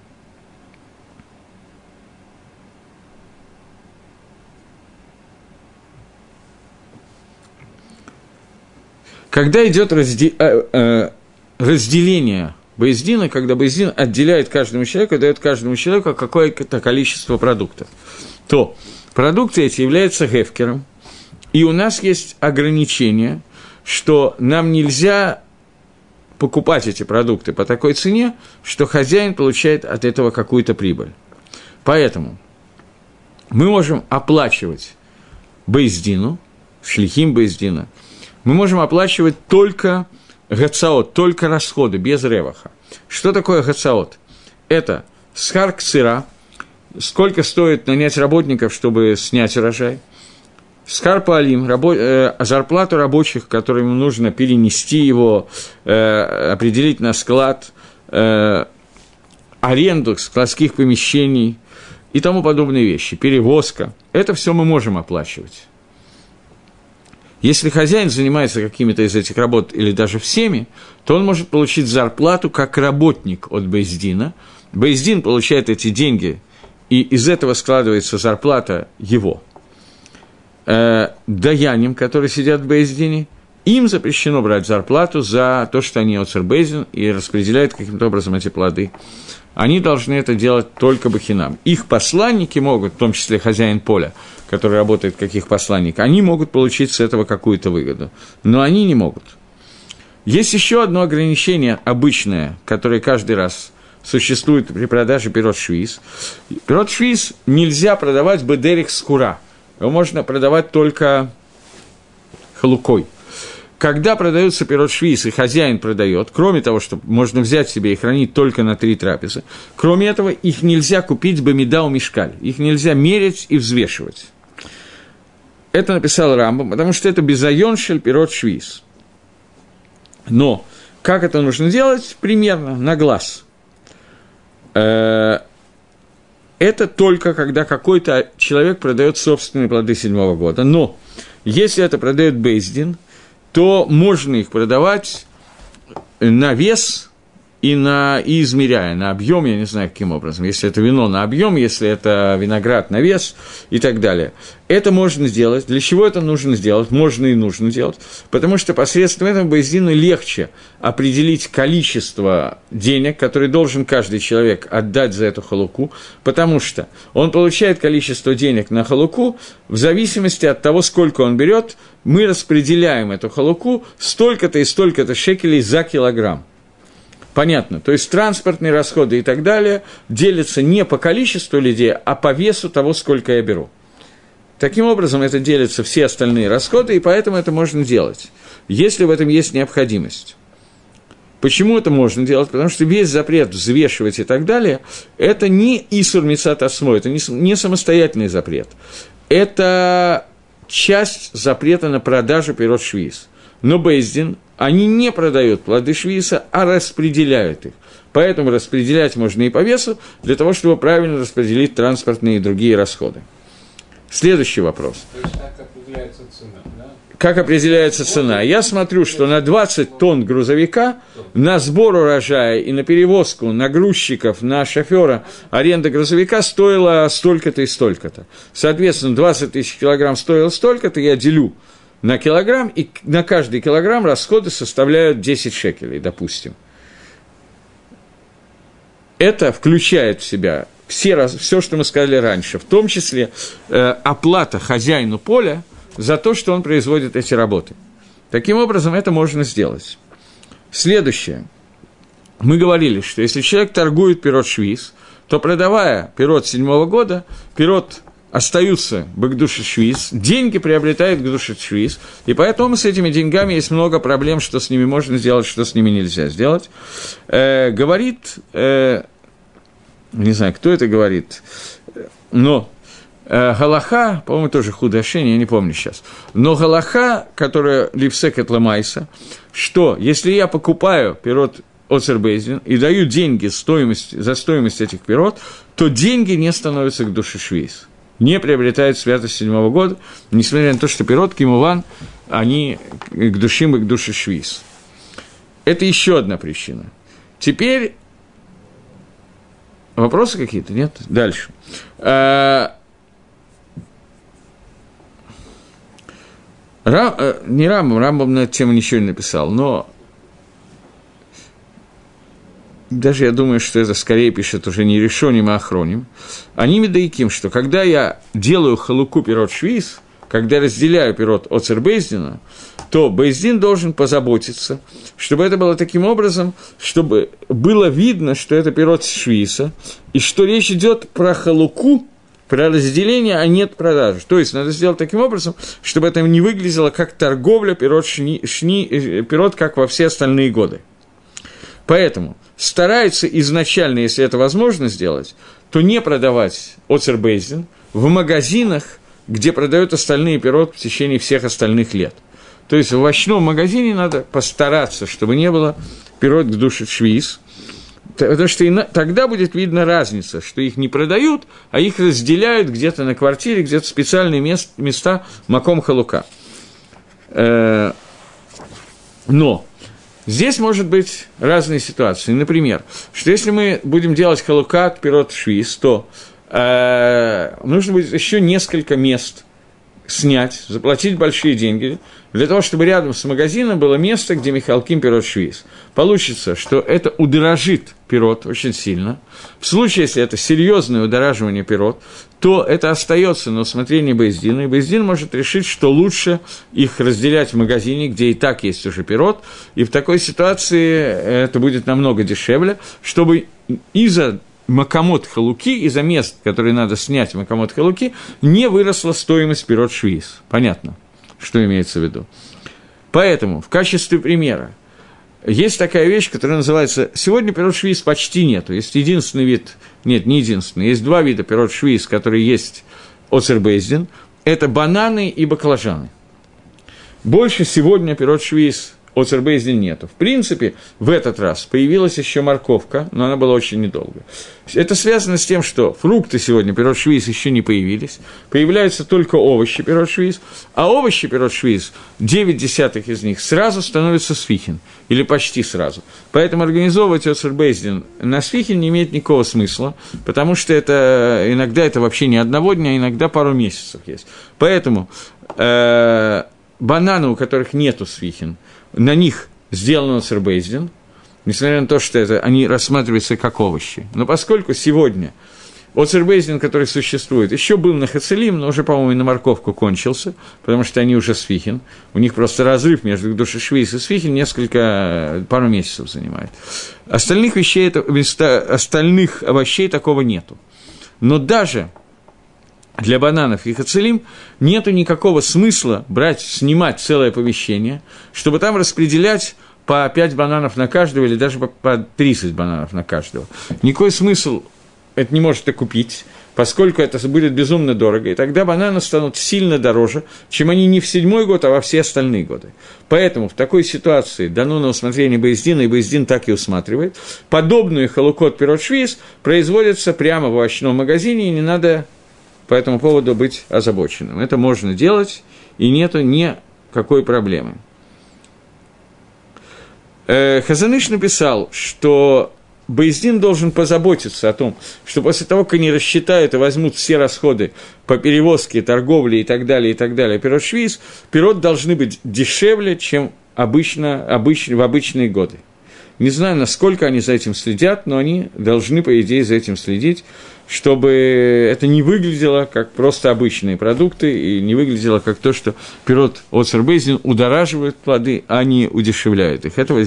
Когда идет разде... разделение бейс-дина, когда бейс-дин отделяет каждому человеку, дает каждому человеку какое-то количество продуктов, то продукты эти являются гефкером, и у нас есть ограничение, что нам нельзя покупать эти продукты по такой цене, что хозяин получает от этого какую-то прибыль. Поэтому мы можем оплачивать бейс-дину, шлихим бейс-дина, мы можем оплачивать только гацаот, только расходы, без реваха. Что такое гацаот? Это схар кцира, сколько стоит нанять работников, чтобы снять урожай, схар паалим, рабо, э, зарплату рабочих, которым нужно перенести его, э, определить на склад, э, аренду складских помещений и тому подобные вещи, перевозка. Это все мы можем оплачивать. Если хозяин занимается какими-то из этих работ или даже всеми, то он может получить зарплату как работник от бейс-дина. Бейс-дин получает эти деньги, и из этого складывается зарплата его. Э, даяним, которые сидят в бейс-дине, им запрещено брать зарплату за то, что они оцер бейс-дин и распределяют каким-то образом эти плоды. Они должны это делать только бахинам. Их посланники могут, в том числе хозяин поля, который работает как их посланник, они могут получить с этого какую-то выгоду, но они не могут. Есть еще одно ограничение обычное, которое каждый раз существует при продаже пирот швиз. Пирот швиз нельзя продавать бедерих скура, его можно продавать только халукой. Когда продается пирот швиз, и хозяин продает, кроме того, что можно взять себе и хранить только на три трапезы, кроме этого, их нельзя купить бамидау мишкаль, их нельзя мерить и взвешивать. Это написал Рамбам, потому что это безайон шель пирот швиз. Но как это нужно делать? Примерно на глаз. Это только когда какой-то человек продает собственные плоды седьмого года. Но если это продает бейс-дин, то можно их продавать на вес и, на, и измеряя, на объем, я не знаю, каким образом. Если это вино на объем, если это виноград на вес и так далее. Это можно сделать. Для чего это нужно сделать? Можно и нужно делать. Потому что посредством этого бейс-дину легче определить количество денег, которые должен каждый человек отдать за эту халуку, потому что он получает количество денег на халуку в зависимости от того, сколько он берет. Мы распределяем эту халуку столько-то и столько-то шекелей за килограмм. Понятно. То есть транспортные расходы и так далее делятся не по количеству людей, а по весу того, сколько я беру. Таким образом, это делятся все остальные расходы, и поэтому это можно делать, если в этом есть необходимость. Почему это можно делать? Потому что весь запрет взвешивать и так далее, это не исур мицат асмо, это не, не самостоятельный запрет. Это часть запрета на продажу пирот швиис. Но бейздин, они не продают плоды швииса, а распределяют их. Поэтому распределять можно и по весу, для того, чтобы правильно распределить транспортные и другие расходы. Следующий вопрос. То есть, как определяется цена, да? Как определяется цена? Я смотрю, что на двадцать тонн грузовика, на сбор урожая и на перевозку нагрузчиков, на шофера аренда грузовика стоила столько-то и столько-то. Соответственно, двадцать тысяч килограмм стоило столько-то, я делю на килограмм, и на каждый килограмм расходы составляют десять шекелей, допустим. Это включает в себя все, все, что мы сказали раньше, в том числе э, оплата хозяину поля за то, что он производит эти работы. Таким образом, это можно сделать. Следующее. Мы говорили, что если человек торгует пирот швиис, то, продавая пирот седьмого года, пирот остаются бэгдуши швиис, деньги приобретает бэгдуши швиис, и поэтому с этими деньгами есть много проблем, что с ними можно сделать, что с ними нельзя сделать. Э, говорит... Э, не знаю, кто это говорит, но э, галаха, по-моему, тоже худошение, я не помню сейчас, но галаха, которая липсек эт ламайса, что если я покупаю пирот оцер бейздин и даю деньги стоимость, за стоимость этих пирот, то деньги не становятся к душе швиис, не приобретают святость седьмого года, несмотря на то, что пирот кимуван, они к душим и к душе швиис. Это еще одна причина. Теперь... Вопросы какие-то? Нет? Дальше. А, Рам, не Рамбам, Рамбам на эту тему ничего не написал, но даже я думаю, что это скорее пишет уже не Решоним, а Ахроним. Они медаиким, что когда я делаю халуку пирот швиис, когда разделяю пирот оцер бейздина, то бейздин должен позаботиться, чтобы это было таким образом, чтобы было видно, что это пирот швииса, и что речь идет про халуку, про разделение, а нет продажи. То есть надо сделать таким образом, чтобы это не выглядело как торговля пирот, шни, шни, пирот как во все остальные годы. Поэтому старается изначально, если это возможно сделать, то не продавать оцер бейздин в магазинах, где продают остальные пирот в течение всех остальных лет. То есть в овощном магазине надо постараться, чтобы не было пирот к душе швиис, потому что и на, тогда будет видна разница, что их не продают, а их разделяют где-то на квартире, где-то специальные мест, места маком халука. Э, но здесь может быть разные ситуации. Например, что если мы будем делать халука пирот швиис, то э, нужно будет еще несколько мест снять, заплатить большие деньги, для того, чтобы рядом с магазином было место, где михалким пирот швиис. Получится, что это удорожит пирот очень сильно. В случае, если это серьезное удороживание пирот, то это остается на усмотрение бейздина, и бейздин может решить, что лучше их разделять в магазине, где и так есть уже пирот, и в такой ситуации это будет намного дешевле, чтобы из-за макамот халуки, из-за мест, которые надо снять макамот халуки, не выросла стоимость пирот швиис. Понятно, что имеется в виду. Поэтому, в качестве примера, есть такая вещь, которая называется... Сегодня пирот швиис почти нету. Есть единственный вид... Нет, не единственный. Есть два вида пирот швиис, которые есть оцер бейздин. Это бананы и баклажаны. Больше сегодня пирот швиис оцер бейздин нету. В принципе, в этот раз появилась еще морковка, но она была очень недолго. Это связано с тем, что фрукты сегодня пирот швиис еще не появились, появляются только овощи пирот швиис, а овощи пирот швиис, девять десятых из них сразу становятся сфихин, или почти сразу. Поэтому организовывать оцер бейздин на сфихин не имеет никакого смысла, потому что это, иногда это вообще не одного дня, иногда пару месяцев есть. Поэтому э, бананы, у которых нету сфихин, на них сделан оцер бейздин, несмотря на то, что это, они рассматриваются как овощи. Но поскольку сегодня Оцер-бейздин, который существует, еще был на Хацелим, но уже, по-моему, и на морковку кончился, потому что они уже Сфихин. У них просто разрыв между Гдушашвиис и Сфихин несколько, пару месяцев занимает. Остальных вещей, остальных овощей такого нету. Но даже для бананов и Хацелим нету никакого смысла брать, снимать целое помещение, чтобы там распределять по пять бананов на каждого или даже по тридцать бананов на каждого. Никакой смысл это не можете купить, поскольку это будет безумно дорого, и тогда бананы станут сильно дороже, чем они не в седьмой год, а во все остальные годы. Поэтому в такой ситуации дано на усмотрение Бейздина, и Бейздин так и усматривает. Подобную халукот пирот швиз производится прямо в овощном магазине, и не надо по этому поводу быть озабоченным. Это можно делать, и нету никакой проблемы. Хазаныш написал, что Бейздин должен позаботиться о том, что после того, как они рассчитают и возьмут все расходы по перевозке, торговле и так далее, и так далее, пирот швиз, пирот должны быть дешевле, чем обычно, обычно, в обычные годы. Не знаю, насколько они за этим следят, но они должны, по идее, за этим следить, чтобы это не выглядело как просто обычные продукты и не выглядело как то, что пирот Оцер-бейздин удораживает плоды, а не удешевляет их. Этого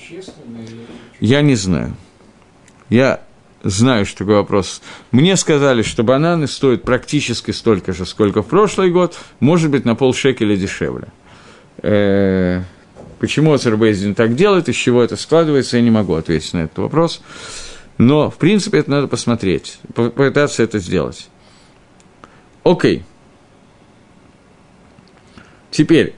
я не знаю. Я знаю, что такой вопрос. Мне сказали, что бананы стоят практически столько же, сколько в прошлый год, может быть, на полшекеля дешевле. Э-э- почему Оцер-бейздин так делает, из чего это складывается, я не могу ответить на этот вопрос. Но, в принципе, это надо посмотреть, попытаться это сделать. Окей. Теперь.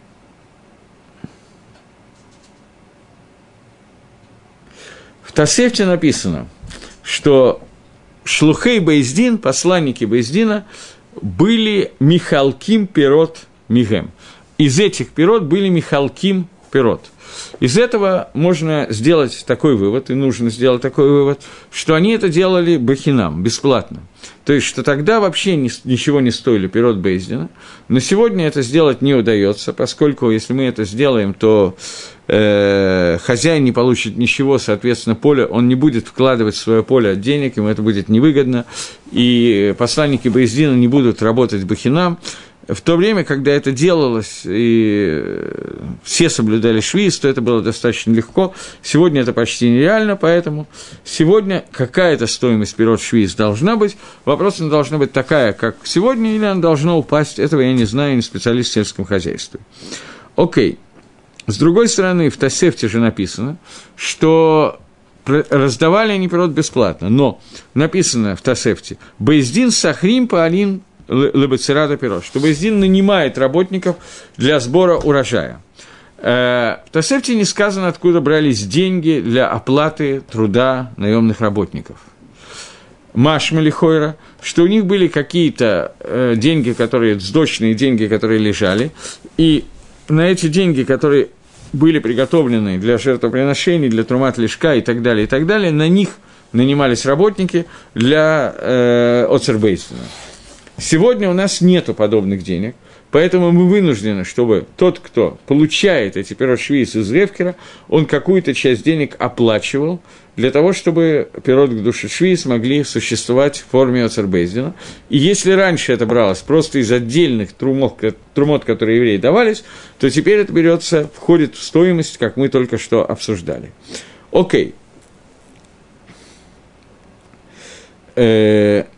В Тосефте написано, что шлухей Бейздин, посланники Бейздина, были Михалким пирот Мигем. Из этих пирот были Михалким пирот. Из этого можно сделать такой вывод, и нужно сделать такой вывод, что они это делали бахинам, бесплатно. То есть, что тогда вообще ни, ничего не стоили пирот Бейздина, но сегодня это сделать не удается, поскольку если мы это сделаем, то э, хозяин не получит ничего, соответственно, поле, он не будет вкладывать в свое поле денег, ему это будет невыгодно, и посланники Бейздина не будут работать бахинам. В то время, когда это делалось, и все соблюдали швиз, то это было достаточно легко. Сегодня это почти нереально, поэтому сегодня какая-то стоимость пирот швиз должна быть. Вопрос, она должна быть такая, как сегодня, или она должна упасть. Этого я не знаю, не специалист в сельском хозяйстве. Окей. С другой стороны, в Тосефте же написано, что раздавали они пирот бесплатно. Но написано в Тосефте «Бейздин сахрим паалин лебецерада пирот», что Бейздин нанимает работников для сбора урожая. В Тосефте не сказано, откуда брались деньги для оплаты труда наемных работников. Машма лихойра, что у них были какие-то деньги, которые, сдочные деньги, которые лежали, и на эти деньги, которые были приготовлены для жертвоприношений, для трумат лишка и так далее, и так далее, на них нанимались работники для э, Оцер-бейздина. Сегодня у нас нету подобных денег, поэтому мы вынуждены, чтобы тот, кто получает эти пирот швиз из Гефкера, он какую-то часть денег оплачивал для того, чтобы пирот гдуши швиз могли существовать в форме Оцер-бейздина. И если раньше это бралось просто из отдельных трумот, трумот, которые евреи давались, то теперь это берется, входит в стоимость, как мы только что обсуждали. Окей. Э-э-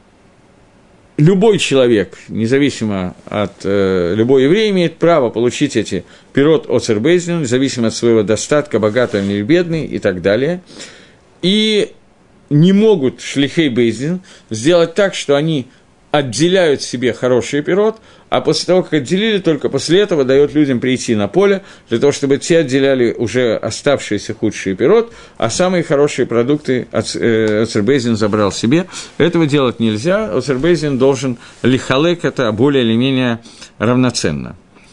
Любой человек, независимо от э, любой еврей, имеет право получить эти пирот Оцер-бейздин, независимо от своего достатка, богатый или бедный и так далее. И не могут шлихей бейздин сделать так, что они отделяют себе хороший пирот, а после того, как отделили, только после этого дает людям прийти на поле, для того, чтобы те отделяли уже оставшиеся худшие пирот, а самые хорошие продукты Оцер-бейздин забрал себе. Этого делать нельзя, Оцер-бейздин должен лихалек это более или менее равноценно.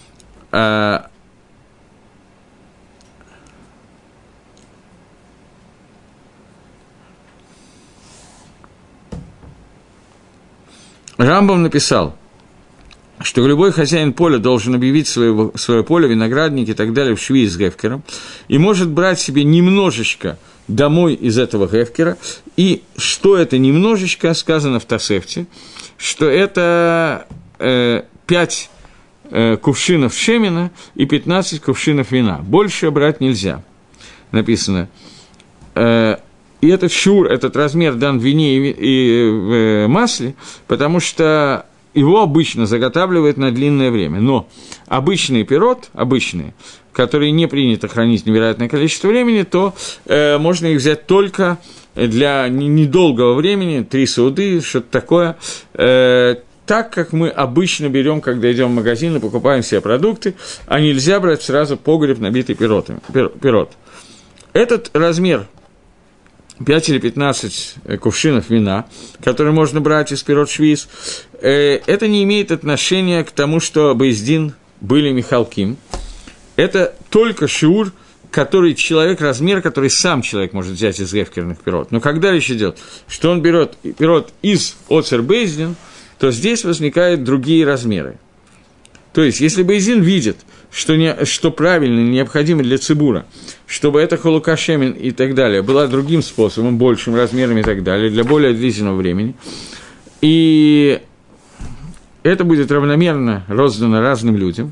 Рамбам написал, что любой хозяин поля должен объявить свое, свое поле, виноградник и так далее в швиз с Гефкером, и может брать себе немножечко домой из этого гефкера. И что это немножечко сказано в Тосефте, что это э, пять э, кувшинов шемена и пятнадцать кувшинов вина. Больше брать нельзя, написано. Э, и этот шур, этот размер дан в вине и, и в масле, потому что его обычно заготавливают на длинное время. Но обычный пирот, обычные, которые не принято хранить невероятное количество времени, то э, можно их взять только для недолгого времени, три сауды, что-то такое, э, так, как мы обычно берем, когда идем в магазин и покупаем себе продукты, а нельзя брать сразу погреб, набитый пиротами, пир, пирот. Этот размер пять или пятнадцать кувшинов вина, которые можно брать из пирот швиз, э, это не имеет отношения к тому, что бейс дин были михалким. Это только шиур, который человек, размер, который сам человек может взять из гефкерных пирот. Но когда речь идет, что он берет пирот из оцер бейс дин, то здесь возникают другие размеры. То есть, если бейс дин видит, что, не, что правильно и необходимо для цибура, чтобы эта холука шемен и так далее была другим способом, большим размером и так далее, для более длительного времени, и это будет равномерно роздано разным людям,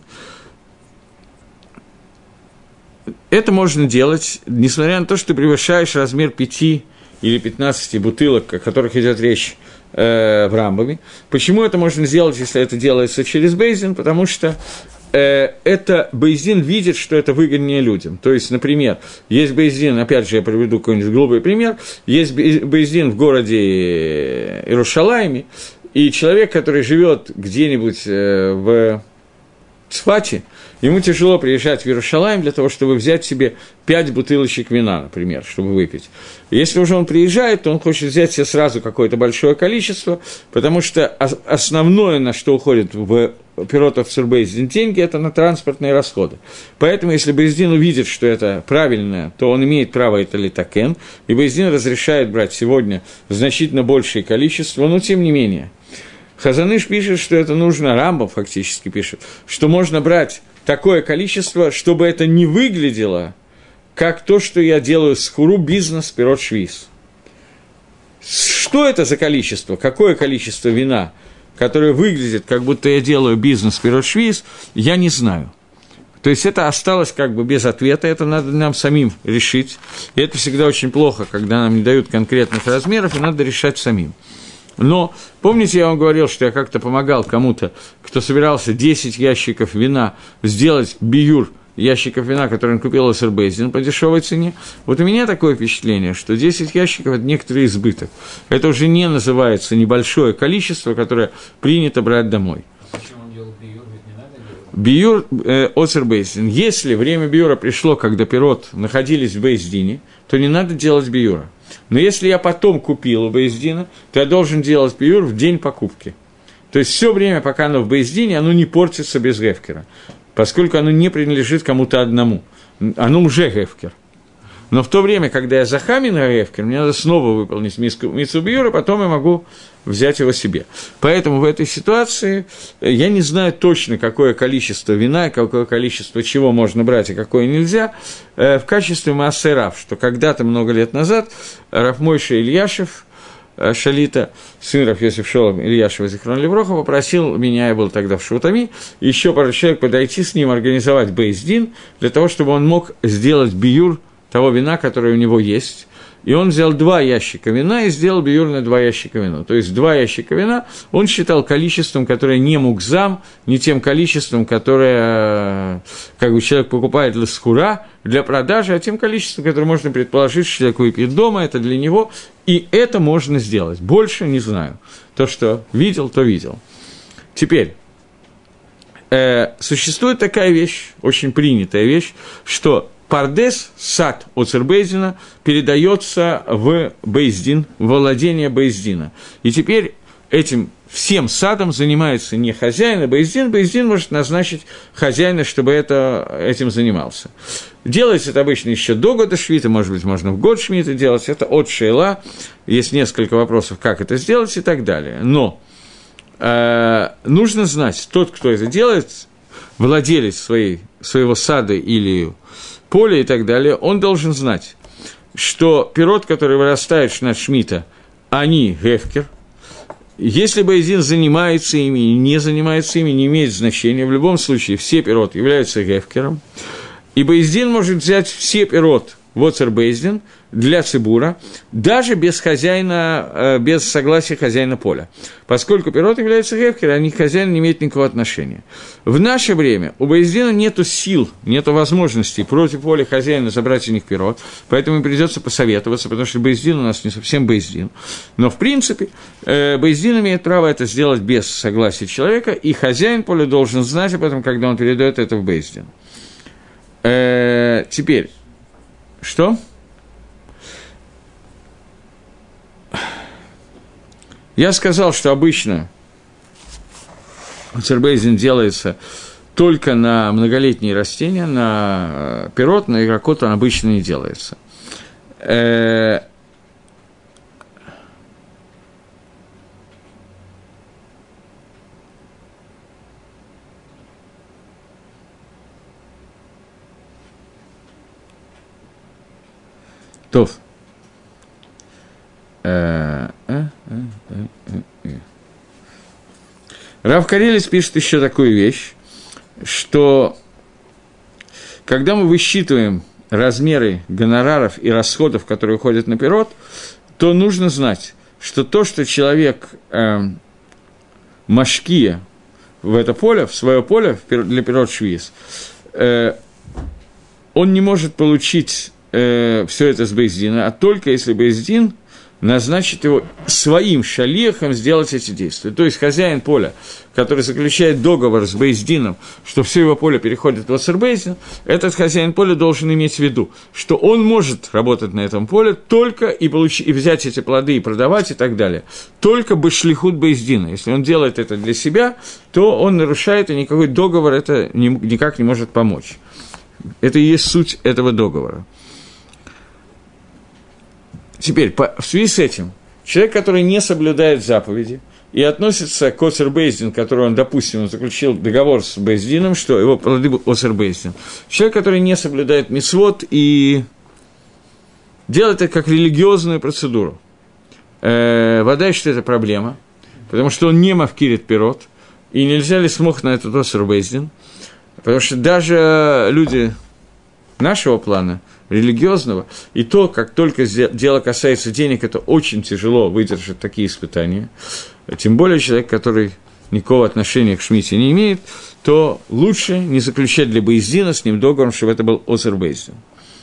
это можно делать, несмотря на то, что ты превышаешь размер пяти или пятнадцати бутылок, о которых идет речь э, в Рамбаме. Почему это можно сделать, если это делается через бейс дин? Потому что э, это бейс дин видит, что это выгоднее людям. То есть, например, есть бейс дин, опять же, я приведу какой-нибудь глупый пример, есть бейс дин в городе Иерушалайме, и человек, который живет где-нибудь э, в Цфате, ему тяжело приезжать в Иерушалайм для того, чтобы взять себе пять бутылочек вина, например, чтобы выпить. Если уже он приезжает, то он хочет взять себе сразу какое-то большое количество, потому что основное, на что уходит в пиротов цурбейс дин деньги, это на транспортные расходы. Поэтому, если бейс дин увидит, что это правильно, то он имеет право это литакен, и бейс дин разрешает брать сегодня значительно большее количество, но тем не менее. Хазаныш пишет, что это нужно, Рамбам фактически пишет, что можно брать такое количество, чтобы это не выглядело, как то, что я делаю с хуру бизнес пирот швиз. Что это за количество? Какое количество вина, которое выглядит, как будто я делаю бизнес пирот швиз, я не знаю. То есть это осталось как бы без ответа, это надо нам самим решить. И это всегда очень плохо, когда нам не дают конкретных размеров, и надо решать самим. Но, помните, я вам говорил, что я как-то помогал кому-то, кто собирался десять ящиков вина сделать биюр ящиков вина, который он купил у Сербейс дин по дешевой цене. Вот у меня такое впечатление, что десять ящиков – это некоторый избыток. Это уже не называется небольшое количество, которое принято брать домой. Почему он делал биюр, ведь не надо делать? Биюр э, от Сербейс дин. Если время биюра пришло, когда пирот находились в бейс дине, то не надо делать биюра. Но если я потом купил у бейс дина, то я должен делать биюр в день покупки. То есть все время, пока оно в бейс дине, оно не портится без гефкера, поскольку оно не принадлежит кому-то одному. Оно уже гефкер. Но в то время, когда я захамин на гефкер, мне надо снова выполнить мицву биюра, потом я могу взять его себе. Поэтому в этой ситуации я не знаю точно, какое количество вина, какое количество чего можно брать, и какое нельзя, в качестве маассе рав, что когда-то, много лет назад, Рав Мойша Ильяшев, Шалита, сын Рав Йосеф Шолом Ильяшева Зихрон Левроха, попросил меня, я был тогда в Шутами, еще пару человек подойти с ним, организовать бейс дин, для того, чтобы он мог сделать биюр того вина, которое у него есть. И он взял два ящика вина и сделал биюр на два ящика вина. То есть два ящика вина он считал количеством, которое не мукзам, не тем количеством, которое как бы человек покупает для схура, для продажи, а тем количеством, которое можно предположить, что человек выпьет дома, это для него. И это можно сделать. Больше не знаю. То, что видел, то видел. Теперь, э, существует такая вещь, очень принятая вещь, что пардес, сад от Цербейзина, передается в бейс-дин, в владение бейс-дина. И теперь этим всем садом занимается не хозяин, а бейс-дин. Бейс-дин может назначить хозяина, чтобы это, этим занимался. Делается это обычно еще до года швита, может быть, можно в год шмита делать. Это от шейла. Есть несколько вопросов, как это сделать и так далее. Но э, нужно знать, тот, кто это делает, владелец своей, своего сада или поля и так далее, он должен знать, что пирот, который вырастает в шнат шмита, они гефкер. Если бейдин занимается ими и не занимается ими, не имеет значения. В любом случае, все пирот являются гефкером. И бейдин может взять все пирот в оцер бейдин для цибура, даже без хозяина, без согласия хозяина поля. Поскольку пирот является гефкером, они к хозяину не имеют никакого отношения. В наше время у бейдина нет сил, нет возможности против воли хозяина забрать у них пирот, поэтому им придется посоветоваться, потому что бейдин у нас не совсем бейдин. Но, в принципе, бейдин имеет право это сделать без согласия человека, и хозяин поля должен знать об этом, когда он передает это в бейдин. Теперь, что? Я сказал, что обычно оцер бейдин делается только на многолетние растения, на пирот, на иракот он обычно не делается. То. Рав Карелис пишет еще такую вещь, что когда мы высчитываем размеры гонораров и расходов, которые уходят на пирот, то нужно знать, что то, что человек э, машкия в это поле, в свое поле для пирот швиз, э, он не может получить э, все это с бейздина, а только если бейздин назначит его своим шалихом сделать эти действия. То есть хозяин поля, который заключает договор с бейздином, что все его поле переходит в оцер бейздин, этот хозяин поля должен иметь в виду, что он может работать на этом поле только и, получить, и взять эти плоды и продавать и так далее, только башлихут бейздина. Если он делает это для себя, то он нарушает, и никакой договор это никак не может помочь. Это и есть суть этого договора. Теперь, по, в связи с этим, человек, который не соблюдает заповеди и относится к оцер бейздин, который он, допустим, он заключил договор с бейздином, что его плоды оцер бейздин, человек, который не соблюдает мицвот и делает это как религиозную процедуру, э, вода, что это проблема, потому что он не мавкирит пирот, и нельзя ли смог на этот оцер бейздин, потому что даже люди нашего плана, религиозного, и то, как только дело касается денег, это очень тяжело выдержать такие испытания, тем более человек, который никакого отношения к шмите не имеет, то лучше не заключать для бейздина с ним договор, чтобы это был оцер бейздин.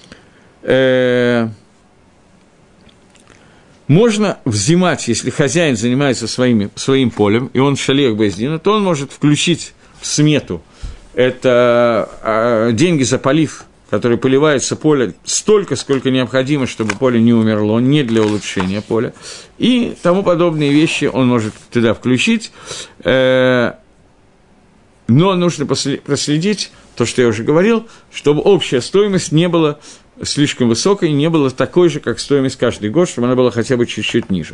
Можно взимать, если хозяин занимается своими, своим полем, и он шалех бейздина, то он может включить в смету это деньги за полив, который поливается поле столько, сколько необходимо, чтобы поле не умерло, не для улучшения поля, и тому подобные вещи он может туда включить, но нужно проследить, то, что я уже говорил, чтобы общая стоимость не была слишком высокой, не была такой же, как стоимость каждый год, чтобы она была хотя бы чуть-чуть ниже.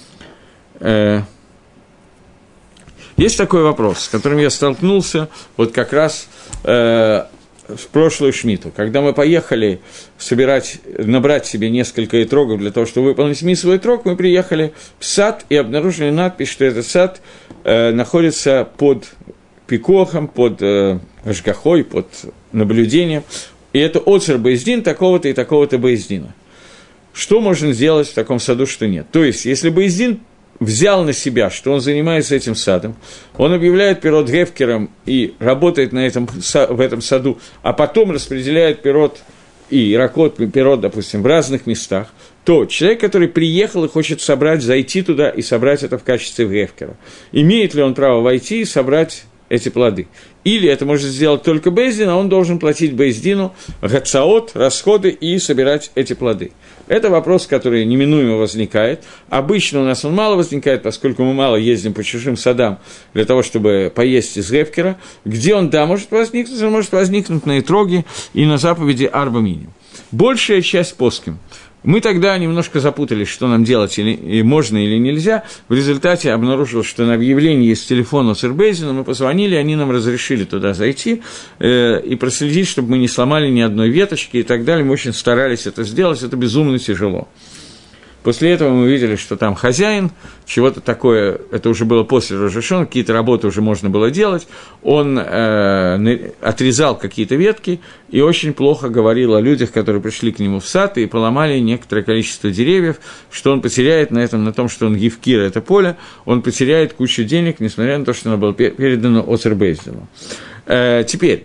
Есть такой вопрос, с которым я столкнулся вот как раз в прошлую шмиту, когда мы поехали собирать, набрать себе несколько итрогов для того, чтобы выполнить мицву итрог, мы приехали в сад и обнаружили надпись, что этот сад э, находится под пикохом, под э, ашгахой, под наблюдением, и это оцер бейздин такого-то и такого-то бейздина. Что можно сделать в таком саду, что нет? То есть, если бейздин взял на себя, что он занимается этим садом, он объявляет пирот гефкером и работает на этом, в этом саду, а потом распределяет пирот и иракот, пирот, допустим, в разных местах, то человек, который приехал и хочет собрать, зайти туда и собрать это в качестве гефкера, имеет ли он право войти и собрать эти плоды? Или это может сделать только бейздин, а он должен платить бейздину гацаот, расходы и собирать эти плоды. Это вопрос, который неминуемо возникает. Обычно у нас он мало возникает, поскольку мы мало ездим по чужим садам для того, чтобы поесть из гефкера. Где он, да, может возникнуть? Он может возникнуть на итроге и на заповеди арба миним. Большая часть поским Мы тогда немножко запутались, что нам делать, или, можно или нельзя. В результате обнаружилось, что на объявлении есть телефон Осер Бейзина, мы позвонили, они нам разрешили туда зайти э, и проследить, чтобы мы не сломали ни одной веточки и так далее. Мы очень старались это сделать, это безумно тяжело. После этого мы увидели, что там хозяин, чего-то такое, это уже было после Рош ха-Шана, какие-то работы уже можно было делать, он э, отрезал какие-то ветки и очень плохо говорил о людях, которые пришли к нему в сад и поломали некоторое количество деревьев, что он потеряет на этом, на том, что он гивкир, это поле, он потеряет кучу денег, несмотря на то, что оно было передано Осер Бейзину. Э, теперь,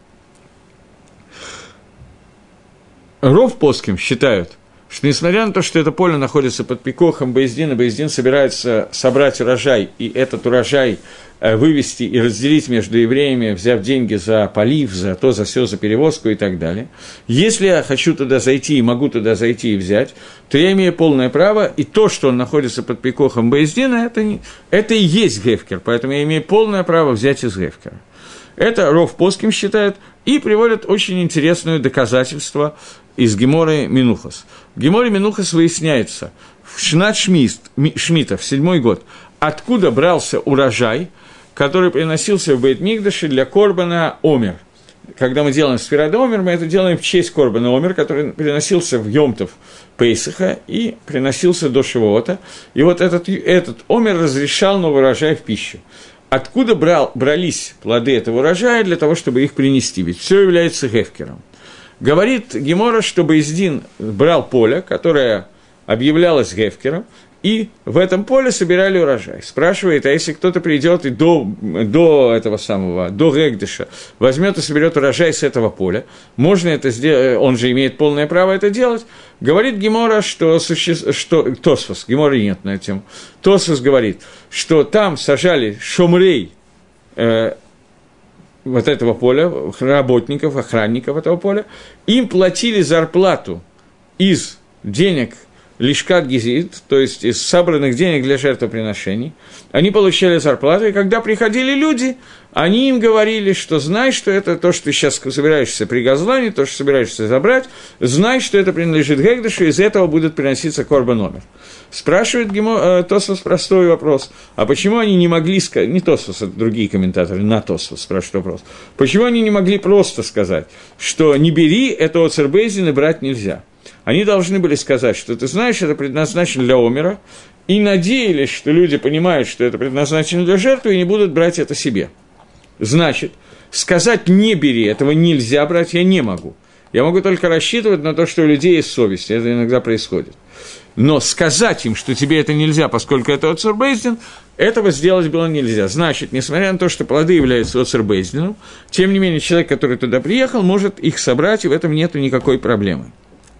Ров Поским считают, что несмотря на то, что это поле находится под пикохом Бейздина, Бейздин собирается собрать урожай, и этот урожай вывести и разделить между евреями, взяв деньги за полив, за то, за все, за перевозку и так далее. Если я хочу туда зайти и могу туда зайти и взять, то я имею полное право, и то, что он находится под пикохом Бейздина, это, не, это и есть гефкер, поэтому я имею полное право взять из гефкера. Это Ров Поским считает, и приводят очень интересное доказательство из Геморы Минухас. В Геморе Минухас выясняется, в Шнат Шмита, в седьмой год, откуда брался урожай, который приносился в Бейт-Микдаше для Корбана Омер. Когда мы делаем Сфират Омер, мы это делаем в честь Корбана Омер, который приносился в Йомтов Пейсаха и приносился до Шивоота. И вот этот, этот Омер разрешал новый урожай в пищу. Откуда брал, брались плоды этого урожая для того, чтобы их принести? Ведь все является гефкером. Говорит Гемора, что Бейздин брал поле, которое объявлялось гефкером, и в этом поле собирали урожай. Спрашивает, а если кто-то придет и до, до этого самого, до Гегдеша, возьмет и соберет урожай с этого поля, можно это сделать, он же имеет полное право это делать. Говорит Гемора, что, суще... что Тосфос, Гемора нет на эту тему, Тосфос говорит, что там сажали шомрей, э, вот этого поля, работников, охранников этого поля, им платили зарплату из денег лишкат гизит, то есть из собранных денег для жертвоприношений. Они получали зарплату, и когда приходили люди, они им говорили, что знай, что это то, что ты сейчас собираешься при газлане, то, что собираешься забрать, знай, что это принадлежит Гегдешу, и из этого будет приноситься корбан омер. Спрашивает Гемо, э, Тосфос простой вопрос, а почему они не могли сказать, не Тосфос, а другие комментаторы, на Тосфос спрашивают вопрос, почему они не могли просто сказать, что не бери, это Оцер Бейзин и брать нельзя. Они должны были сказать, что ты знаешь, это предназначено для омера, и надеялись, что люди понимают, что это предназначено для жертвы, и не будут брать это себе. Значит, сказать «не бери», этого нельзя брать, я не могу. Я могу только рассчитывать на то, что у людей есть совесть, это иногда происходит. Но сказать им, что тебе это нельзя, поскольку это Оцер Бейздин, этого сделать было нельзя. Значит, несмотря на то, что плоды являются Оцер Бейздином, тем не менее, человек, который туда приехал, может их собрать, и в этом нет никакой проблемы.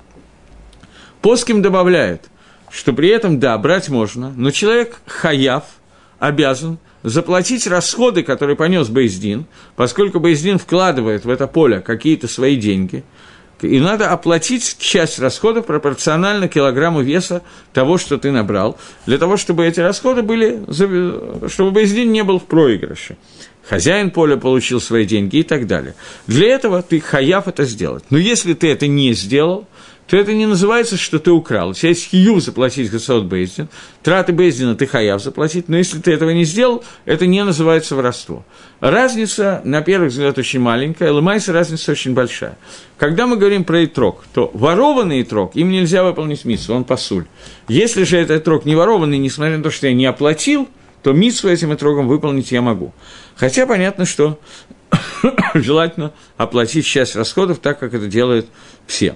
Поским добавляет, что при этом, да, брать можно, но человек хаяв обязан заплатить расходы, которые понес Бейздин, поскольку Бейздин вкладывает в это поле какие-то свои деньги, и надо оплатить часть расходов пропорционально килограмму веса того, что ты набрал, для того, чтобы эти расходы были, чтобы Бейздин не был в проигрыше. Хозяин поля получил свои деньги и так далее. Для этого ты хаяв это сделать. Но если ты это не сделал, то это не называется, что ты украл. У тебя есть хиюв заплатить Гасаот Бейздин, траты Бейздина ты хаяв заплатить, но если ты этого не сделал, это не называется воровство. Разница, на первый взгляд, очень маленькая, лымайся, разница очень большая. Когда мы говорим про итрок, то ворованный итрок, им нельзя выполнить митцву, он пасуль. Если же этот итрок не ворованный, несмотря на то, что я не оплатил, то митцву этим итроком выполнить я могу. Хотя понятно, что желательно оплатить часть расходов так, как это делают все.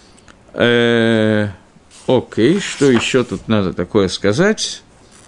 Э, окей, что еще тут надо такое сказать?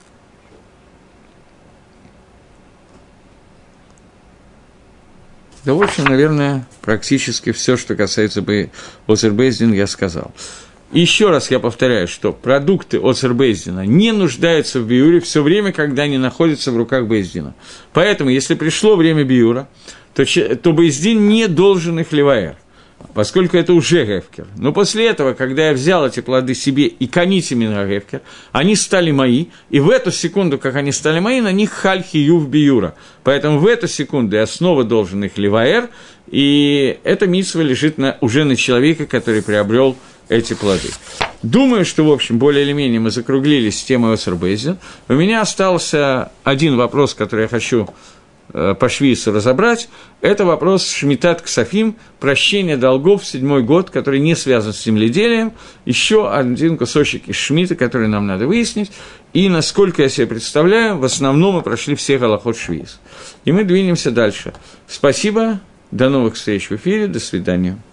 Да, в общем, наверное, практически все, что касается Оцер Бейздина, я сказал. Еще раз я повторяю, что продукты Оцер Бейздина не нуждаются в биуре все время, когда они находятся в руках Бейздина. Поэтому, если пришло время биура, то, то Бейздин не должен их леваэр, поскольку это уже гефкер. Но после этого, когда я взял эти плоды себе и каните меня гефкер, они стали мои, и в эту секунду, как они стали мои, на них халь хиюв биюра. Поэтому в эту секунду я снова должен их леваэр, и эта митцва лежит на, уже на человеке, который приобрел эти плоды. Думаю, что, в общем, более или менее мы закруглились с темой Осер Бейс Дин. У меня остался один вопрос, который я хочу э, по Швейцу разобрать. Это вопрос Шмитат Ксафим, прощение долгов в седьмой год, который не связан с земледелием. Еще один кусочек из Шмита, который нам надо выяснить. И, насколько я себе представляю, в основном мы прошли все галахот Швейц. И мы двинемся дальше. Спасибо, до новых встреч в эфире, до свидания.